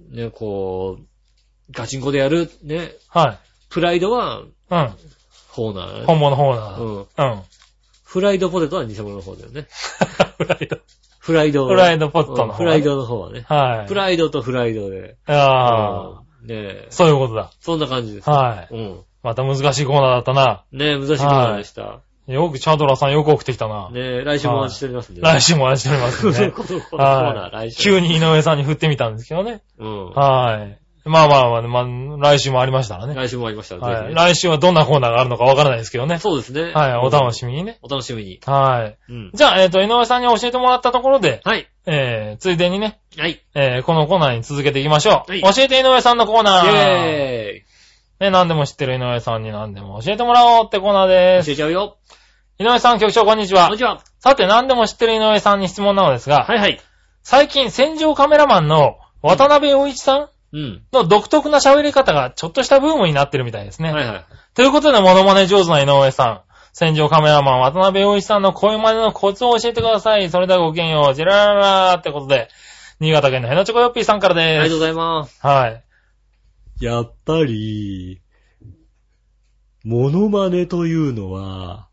ね、こう、ガチンコでやる、ね。 はい。 プライドは、ホーナー、ね。 本物ホーナー。 フライドポテトは偽物の方だよね。 フライド。 フライドポテトの方、 フライドの方はね。 はい。 プライドとフライドで。ねえ。 そういうことだ。 そんな感じです。 はい。また難しいコーナーだったな。 ねえ、難しいコーナーでした。 よくチャドラさんよく送ってきたな。 ねえ、来週もお待ちしておりますんで。 来週もお待ちしておりますんで。 このコーナー、来週。 急に井上さんに振ってみたんですけどね。はい。まあ、来週もありましたらね。 来週もありましたら、 はい。来週はどんなコーナーがあるのかわからないですけどね。 そうですね。 はい、お楽しみにね。 お楽しみに。 はい。じゃあ、井上さんに教えてもらったところで、 はい。 ついでにね。 はい。 このコーナーに続けていきましょう。はい。教えて井上さんのコーナー。 イェーイ。 ね、何でも知ってる井上さんに何でも教えてもらおうってコーナーです。 教えちゃうよ。 井上さん、局長、こんにちは。 こんにちは。 さて、何でも知ってる井上さんに質問なのですが、 はいはい。 最近、戦場カメラマンの渡辺陽一さんの独特な喋り方がちょっとしたブームになってるみたいですね。 はいはい。 ということで、モノマネ上手な井上さん、戦場カメラマン渡辺陽一さんの声真似のコツを教えてください。それではごきげんよう。ジェラララーってことで、新潟県のヘナチョコヨッピーさんからです。 ありがとうございます。 はい。 やっぱり、モノマネというのは、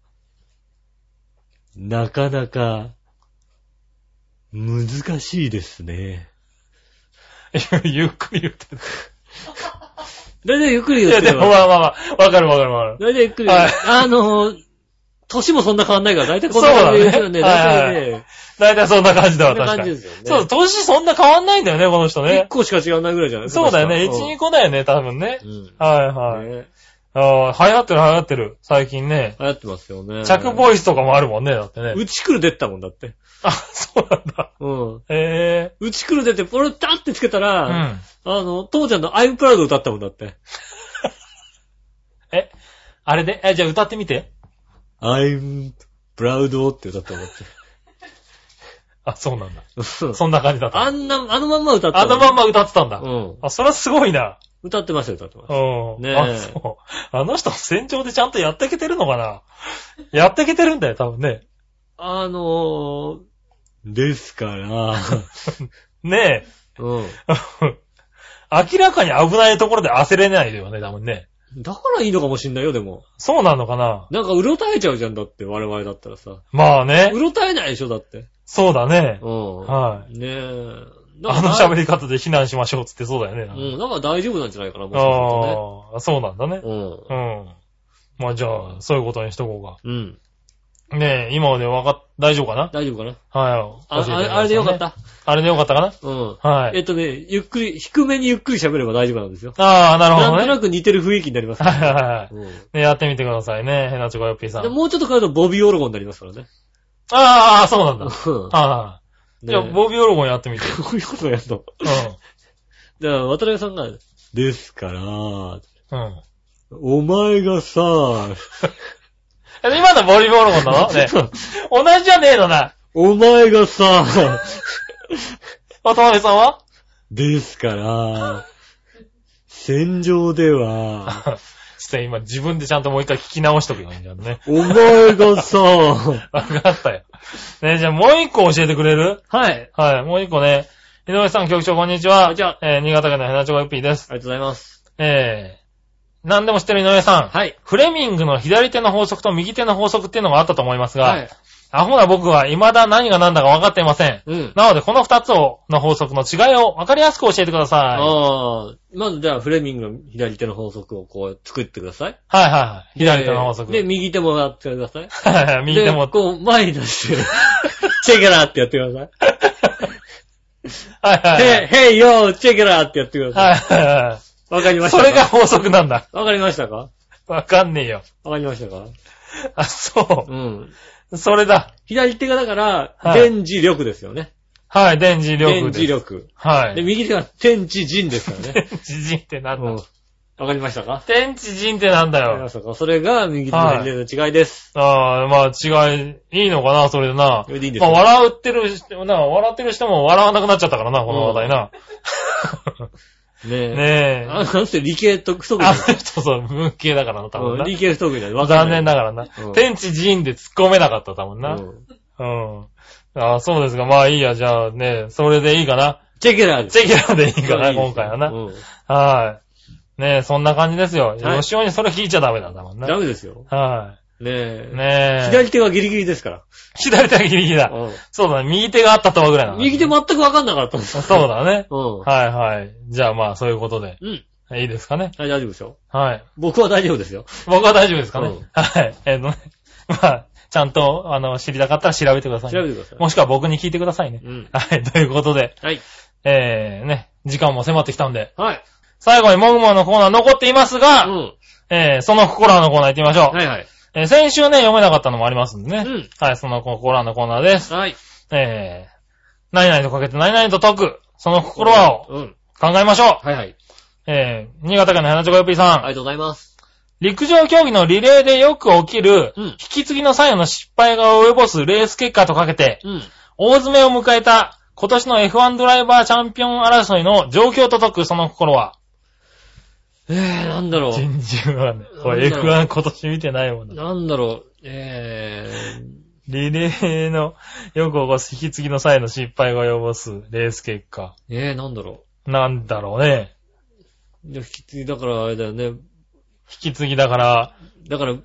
なかなか、難しいですね。 ゆっくり言ってる。 だいたいゆっくり言ってる。 いや、でもわかる。 だいたいゆっくり。年もそんな変わんないから、だいたいこんな感じですよね。 だいたいそんな感じだわ、 確かに。そんな感じですよね。 そう、年そんな変わんないんだよね、この人ね。 1個しか違わないぐらいじゃないそうだよね、1、2個だよね、多分ね。はい。流行ってる。最近ね。 流行ってますよね。 着ボイスとかもあるもんね、だってね。 うち来る出ったもんだって。 あ、そうなんだ。 うち来る出て、ポロッタってつけたら、父ちゃんのI'm Proud 歌ったもんだって。 あれでじゃあ歌ってみて。 I'm Proud って歌ったもんだって。 あ、そうなんだ。そんな感じだった。 あのまんま歌ってた。 あのまんま歌ってたんだ。あ、それはすごいな。 歌ってますよ、歌ってます。 ねえ。あ、そう。あの人、戦場でちゃんとやってけてるのかな？やってけてるんだよ、多分ね。ですから。 ねえ。明らかに危ないところで焦れないよね、多分ね。 だからいいのかもしんないよ、でも。 そうなのかな？ なんか、うろたえちゃうじゃんだって、我々だったらさ。 まあね。 うろたえないでしょ、だって。 そうだね。 はい。ねえ。 あの喋り方で避難しましょうっつってそうだよね。 だから大丈夫なんじゃないかな、もしかするとね。そうなんだね。まあじゃあ、そういうことにしとこうか。ねえ、今まで大丈夫かな？ 大丈夫かな？ はい。 あれでよかった？ あれでよかったかな？はい。 ゆっくり、低めにゆっくり喋れば大丈夫なんですよ。 ああ、なるほどね。 なんとなく似てる雰囲気になりますから。 はい。ね、やってみてくださいね、ヘナチョコヨッピーさん。 もうちょっと変えるとボビーオロゴンになりますからね。 ああ、そうなんだ。ああ。じゃあ、ボビーオロゴンやってみて。 ボビーオロゴンやると。だから、渡辺さんが、ですから、 うん。 お前がさ、 今のボリボールゴンなのね。同じじゃねえのな。 お前がさ、 渡辺さんはですから、戦場では、 ちょっと今自分でちゃんともう一回聞き直しとくよ、じゃあね。 お前がさ、 わかったよ。ね、じゃあもう一個教えてくれる？ はい。 はい、もう一個ね。井上さん、局長、こんにちは。 こんにちは。 新潟県のヘナチョコヨッピーです。 ありがとうございます。 何でも知ってる井上さん。 はい。 フレミングの左手の法則と右手の法則っていうのがあったと思いますが、 はい。 アホな僕は未だ何が何だか分かっていません。うん。なので、この二つの法則の違いを分かりやすく教えてください。 ああ。まずじゃあ、フレミングの左手の法則をこう作ってください。 はいはいはい。左手の法則。 で、右手もやってください。 はいはい、右手も。 こう、前に出して、チェケラーってやってください。 はいはい。 ヘイヨー、チェケラーってやってください。はいはいはい。わかりましたか？ それが法則なんだ。 わかりましたか？ わかんねえよ。 わかりましたか？ あ、そう。 うん。 それだ。 左手がだから、電磁力ですよね。 はい、電磁力です。電磁力。 はい。 で、右手が天地人ですからね。 天地人ってなんだ？わかりましたか？ 天地人ってなんだよ。わかりましたか？それが右手と左手の違いです。 ああ、まあ違い、いいのかな、それでな。 いいですまあ笑ってる人も笑わなくなっちゃったからな、この話題な。 ねえ。 ねえ。 あの人理系不得意だ。そう、文系だからな、多分な。 理系不得意だよ。 残念ながらな。天地人で突っ込めなかった、多分な。うん。ああ、そうですが、まあいいや、じゃあね、それでいいかな。 チェケラーでいいかな、今回はな。はい。ねえ、そんな感じですよ。吉尾にそれ聞いちゃダメだ、多分な。 ダメですよ。 はい。 ねえ。 ねえ。 左手はギリギリですから。 左手はギリギリだ。そうだね。右手があったとはぐらいなの。 右手全くわかんなかったんです。 そうだね。はいはい。じゃあまあ、そういうことで。いいですかね。 はい、大丈夫ですよ。 はい。 僕は大丈夫ですよ。 僕は大丈夫ですかね。はい。まあ、ちゃんと、知りたかったら調べてください。 調べてください。 もしくは僕に聞いてくださいね。はい。ということで。 はい。 ね、時間も迫ってきたんで。 はい。 最後にもぐもぐのコーナー残っていますが、その心のコーナー行ってみましょう。 はいはい。 先週ね、読めなかったのもありますんでね。はい、その心のコーナーです。 はい。 何々とかけて何々と解く、その心はを考えましょう。 はいはい。 新潟県の花チョコヨッピーさん。 ありがとうございます。 陸上競技のリレーでよく起きる、引き継ぎの際の失敗が及ぼすレース結果とかけて、大詰めを迎えた今年の F1 ドライバーチャンピオン争いの状況と解く、その心は。 なんだろう。 全然わかんない。これ F1 今年見てないもんな。 なんだろう。 リレーのよく起こす引き継ぎの際の失敗が及ぼすレース結果。 なんだろう。なんだろうね。 引き継ぎだからあれだよね。 引き継ぎだから、 はい。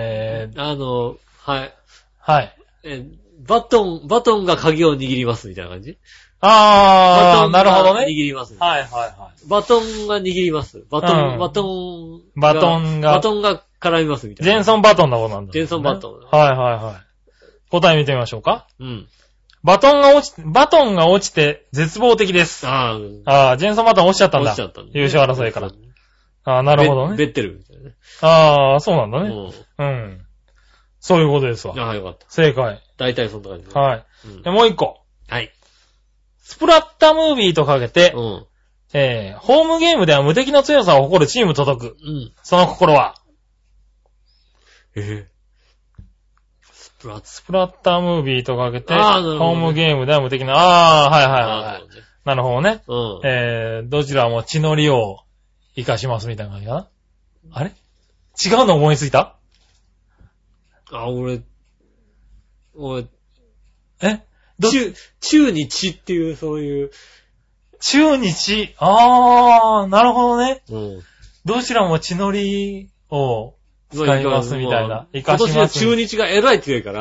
はい。 バトンが鍵を握りますみたいな感じ？ なるほどね。 握ります。 はいはいはい。 バトンが握ります。バトンが絡みますみたいな。 ジェンソンバトンなことなんだ、ね。 ジェンソンバトン。 はいはいはい。答え見てみましょうか。バトンが落ちて絶望的です。ジェンソンバトン落ちちゃったんだ。優勝争いから。なるほどね。 ベッテルみたいなね。 そうなんだね。そういうことですわ。 よかった。 正解。 大体そんな感じ。 はい。で、もう一個。 はい。 スプラッタムービーとかけて、ホームゲームでは無敵の強さを誇るチーム届く。その心は。スプラッタムービーとかけて、ホームゲームでは無敵な、はいはいはい。なるほどね。どちらも血のりを活かしますみたいな感じかな。あれ違うの思いついた？ 俺、 中に血っていう、そういう。 中に血。なるほどね。どちらも血のりを使いますみたいな。活かします。 今年の中日が偉い強いから。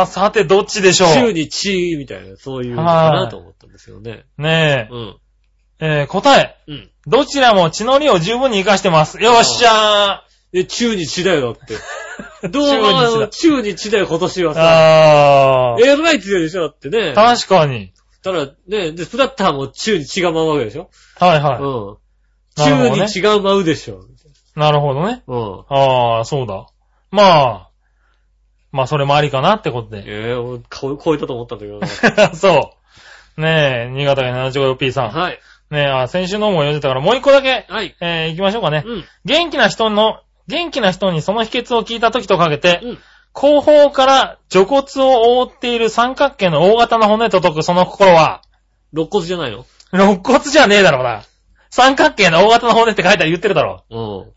さてどっちでしょう。 中に血みたいな、そういうのかなと思ったんですよね。 ねえ。答え。どちらも血のりを十分に活かしてます。よっしゃー。中に血だよ、だって。中に血だよ、今年はさ。偉い強いでしょ、だってね。 確かに。 ただ、ね、で、スプラッターも中に血が舞うわけでしょ？ はいはい。 中に血が舞うでしょ。 なるほどね。そうだ。まあ、それもありかなってことで。 超えたと思ったんだけど。 そう。ねえ、新潟県 75P さん。 はい。 ね、先週のも読んでたからもう一個だけ、 はい。 行きましょうかね。元気な人にその秘訣を聞いた時とかけて、後方から除骨を覆っている三角形の大型の骨と解くその心は、 肋骨じゃないの？ 肋骨じゃねえだろうな。三角形の大型の骨って書いたら言ってるだろう。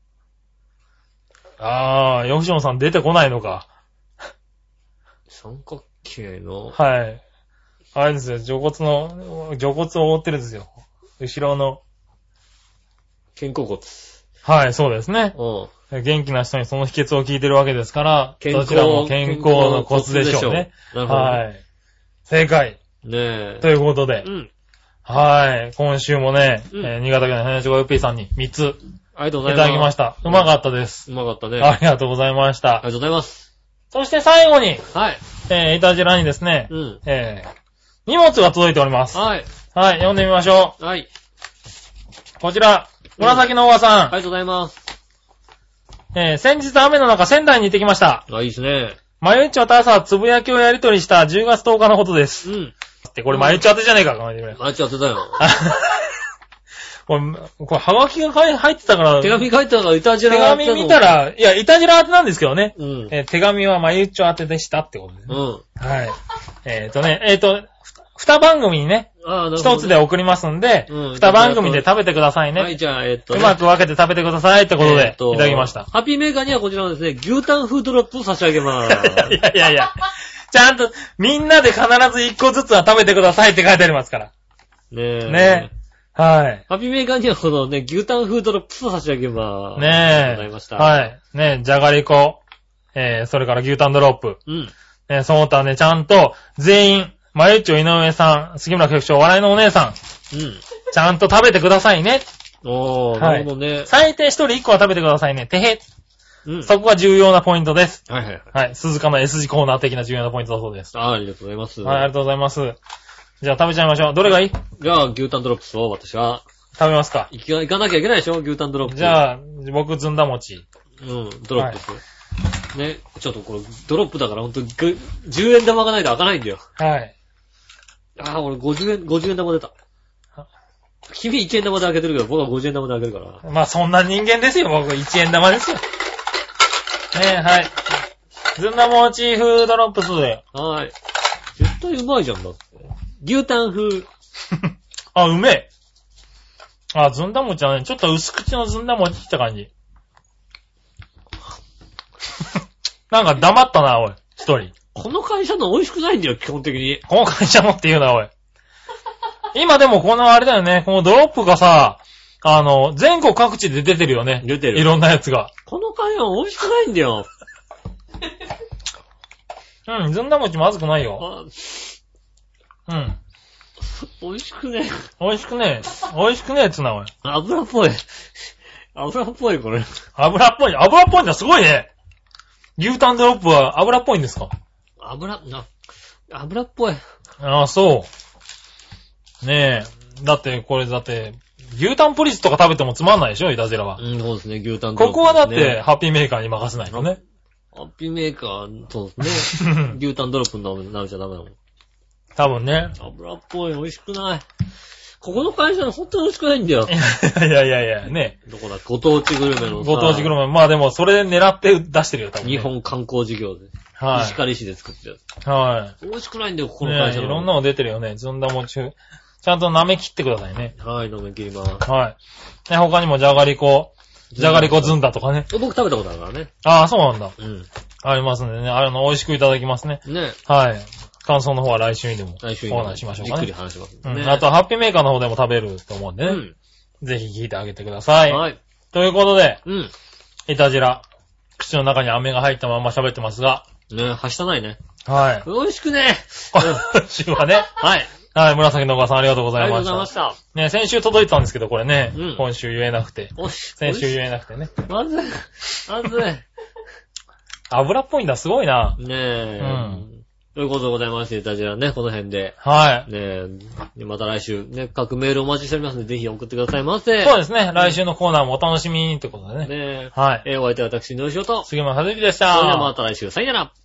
ヨシオンさん出てこないのか。 三角形の。 はい。あれですよ、除骨を覆ってるんですよ。後ろの。 肩甲骨。 はい、そうですね。元気な人にその秘訣を聞いてるわけですから、どちらも健康のコツでしょうね。はい。正解。 ねえ。 ということで。はい。今週もね、新潟県の花ちごよっぴーさんに3つありがとうございます。 いただきました。うまかったです。 うまかったね。 ありがとうござざいました。 ありがとうございます。 そして最後に、 はい。 いたじらにですね、荷物が届いております。 はい。 はい、読んでみましょう。 はい。 こちら、紫のおばさん。 ありがとうございます。 先日雨の中仙台に行ってきました。 いいですね。 まゆっちょと朝つぶやきをやり取りした10月10日のことです。これまゆっちょ当てじゃねえか、 まゆっちょ当てだよ。 これ、はがきが入ってたから。 手紙書いてたから、イタジラ当て。手紙見たら、いや、イタジラ当てなんですけどね。手紙はまゆっちょ当てでしたってことですね。はい。二番組にね、一つで送りますんで、二番組で食べてくださいね。 はい、じゃあ、 うまく分けて食べてくださいってことで、いただきました。 ハッピーメーカーにはこちらのですね、牛タンフードロップを差し上げます。 いや、ちゃんと、みんなで必ず一個ずつは食べてくださいって書いてありますから。ねえ。はい。 ハッピーメーカーにはこのね、牛タンフードロップを差し上げます。 ねえ。ありがとうございました。はい。ねえ、じゃがりこ、それから牛タンドロップ。その他ね、ちゃんと、全員、まゆっちょ井上さん、杉村局長、笑いのお姉さん。ちゃんと食べてくださいね。 なるほどね。 最低一人一個は食べてくださいね。てへ。そこが重要なポイントです。はい。鈴鹿の S 字コーナー的な重要なポイントだそうです。 ありがとうございます。 はい、ありがとうございます。じゃあ食べちゃいましょう。どれがいい？ じゃあ、牛タンドロップスを私は。 食べますか。 行かなきゃいけないでしょ牛タンドロップス。 じゃあ、僕ずんだ餅。 ドロップス。ね、ちょっとこれ、ドロップだからほんと、10円玉がないと開かないんだよ。 はい。 俺50円玉出た。君1円玉で開けてるけど、僕は50円玉で開けるから。 まあそんな人間ですよ、僕1円玉ですよ。はい。ずんだ餅風ドロップスで。 はい。絶対うまいじゃんだって。牛タン風。 うめえ。ずんだ餅はね、ちょっと薄口のずんだ餅って感じ。なんか黙ったな、おい。一人。 この会社の美味しくないんだよ、基本的に。 この会社のって言うな、おい。今でもこのあれだよね、このドロップがさ、全国各地で出てるよね。 出てる。 いろんなやつが。 この会社は美味しくないんだよ。 ずんだ餅まずくないよ。 美味しくねえ。 美味しくねえっつな、おい。 油っぽい、これ。 油っぽいんだ、すごいね。牛タンドロップは油っぽいんですか？ 油っぽい。 そう。ねえ。だって、牛タンポリスとか食べてもつまんないでしょ、イタジラは。 そうですね、牛タンドロップ、 ここはだって、ハッピーメーカーに任せないとね。 ハッピーメーカー、そうですね。牛タンドロップになるじゃダメだもん。 多分ね。 油っぽい、美味しくない。ここの会社の本当に美味しくないんだよ。 いや、ね。 どこだ、ご当地グルメのさ。 ご当地グルメ。まあでも、それ狙って出してるよ、多分、 日本観光事業で。石狩市で作ってるやつ。 はい。 美味しくないんだよ、ここの会社の。 いろんなの出てるよね。ずんだ餅。ちゃんと舐め切ってくださいね。 はい、舐め切ります。 はい。他にもじゃがりこずんだとかね。 僕食べたことあるからね。 そうなんだ。ありますんでね。美味しくいただきますね。 ね。 はい。感想の方は来週にでもお話ししましょうかね。 ゆっくり話しますね。 あと、ハッピーメーカーの方でも食べると思うんでね。ぜひ聞いてあげてください。はい。ということで、いたじら、口の中に飴が入ったまま喋ってますが。 ね、はしたないね。 はい。 美味しくね。 今週はね。 はい。 はい、紫のおばさんありがとうございました。 ありがとうございました。 ね、先週届いたんですけど、これね、今週言えなくて。先週言えなくてね。 まずい。 油っぽいんだ、すごいな。 ねえ。ということでございまして、いたじらね、この辺で。 はい。 ねえ、また来週、ね、各メールお待ちしておりますので、ぜひ送ってくださいませ。 そうですね、来週のコーナーもお楽しみにってことでね。 ねえ。はい。 お相手は私、のしおと。 杉村はずきでした。 それではまた来週、さよなら。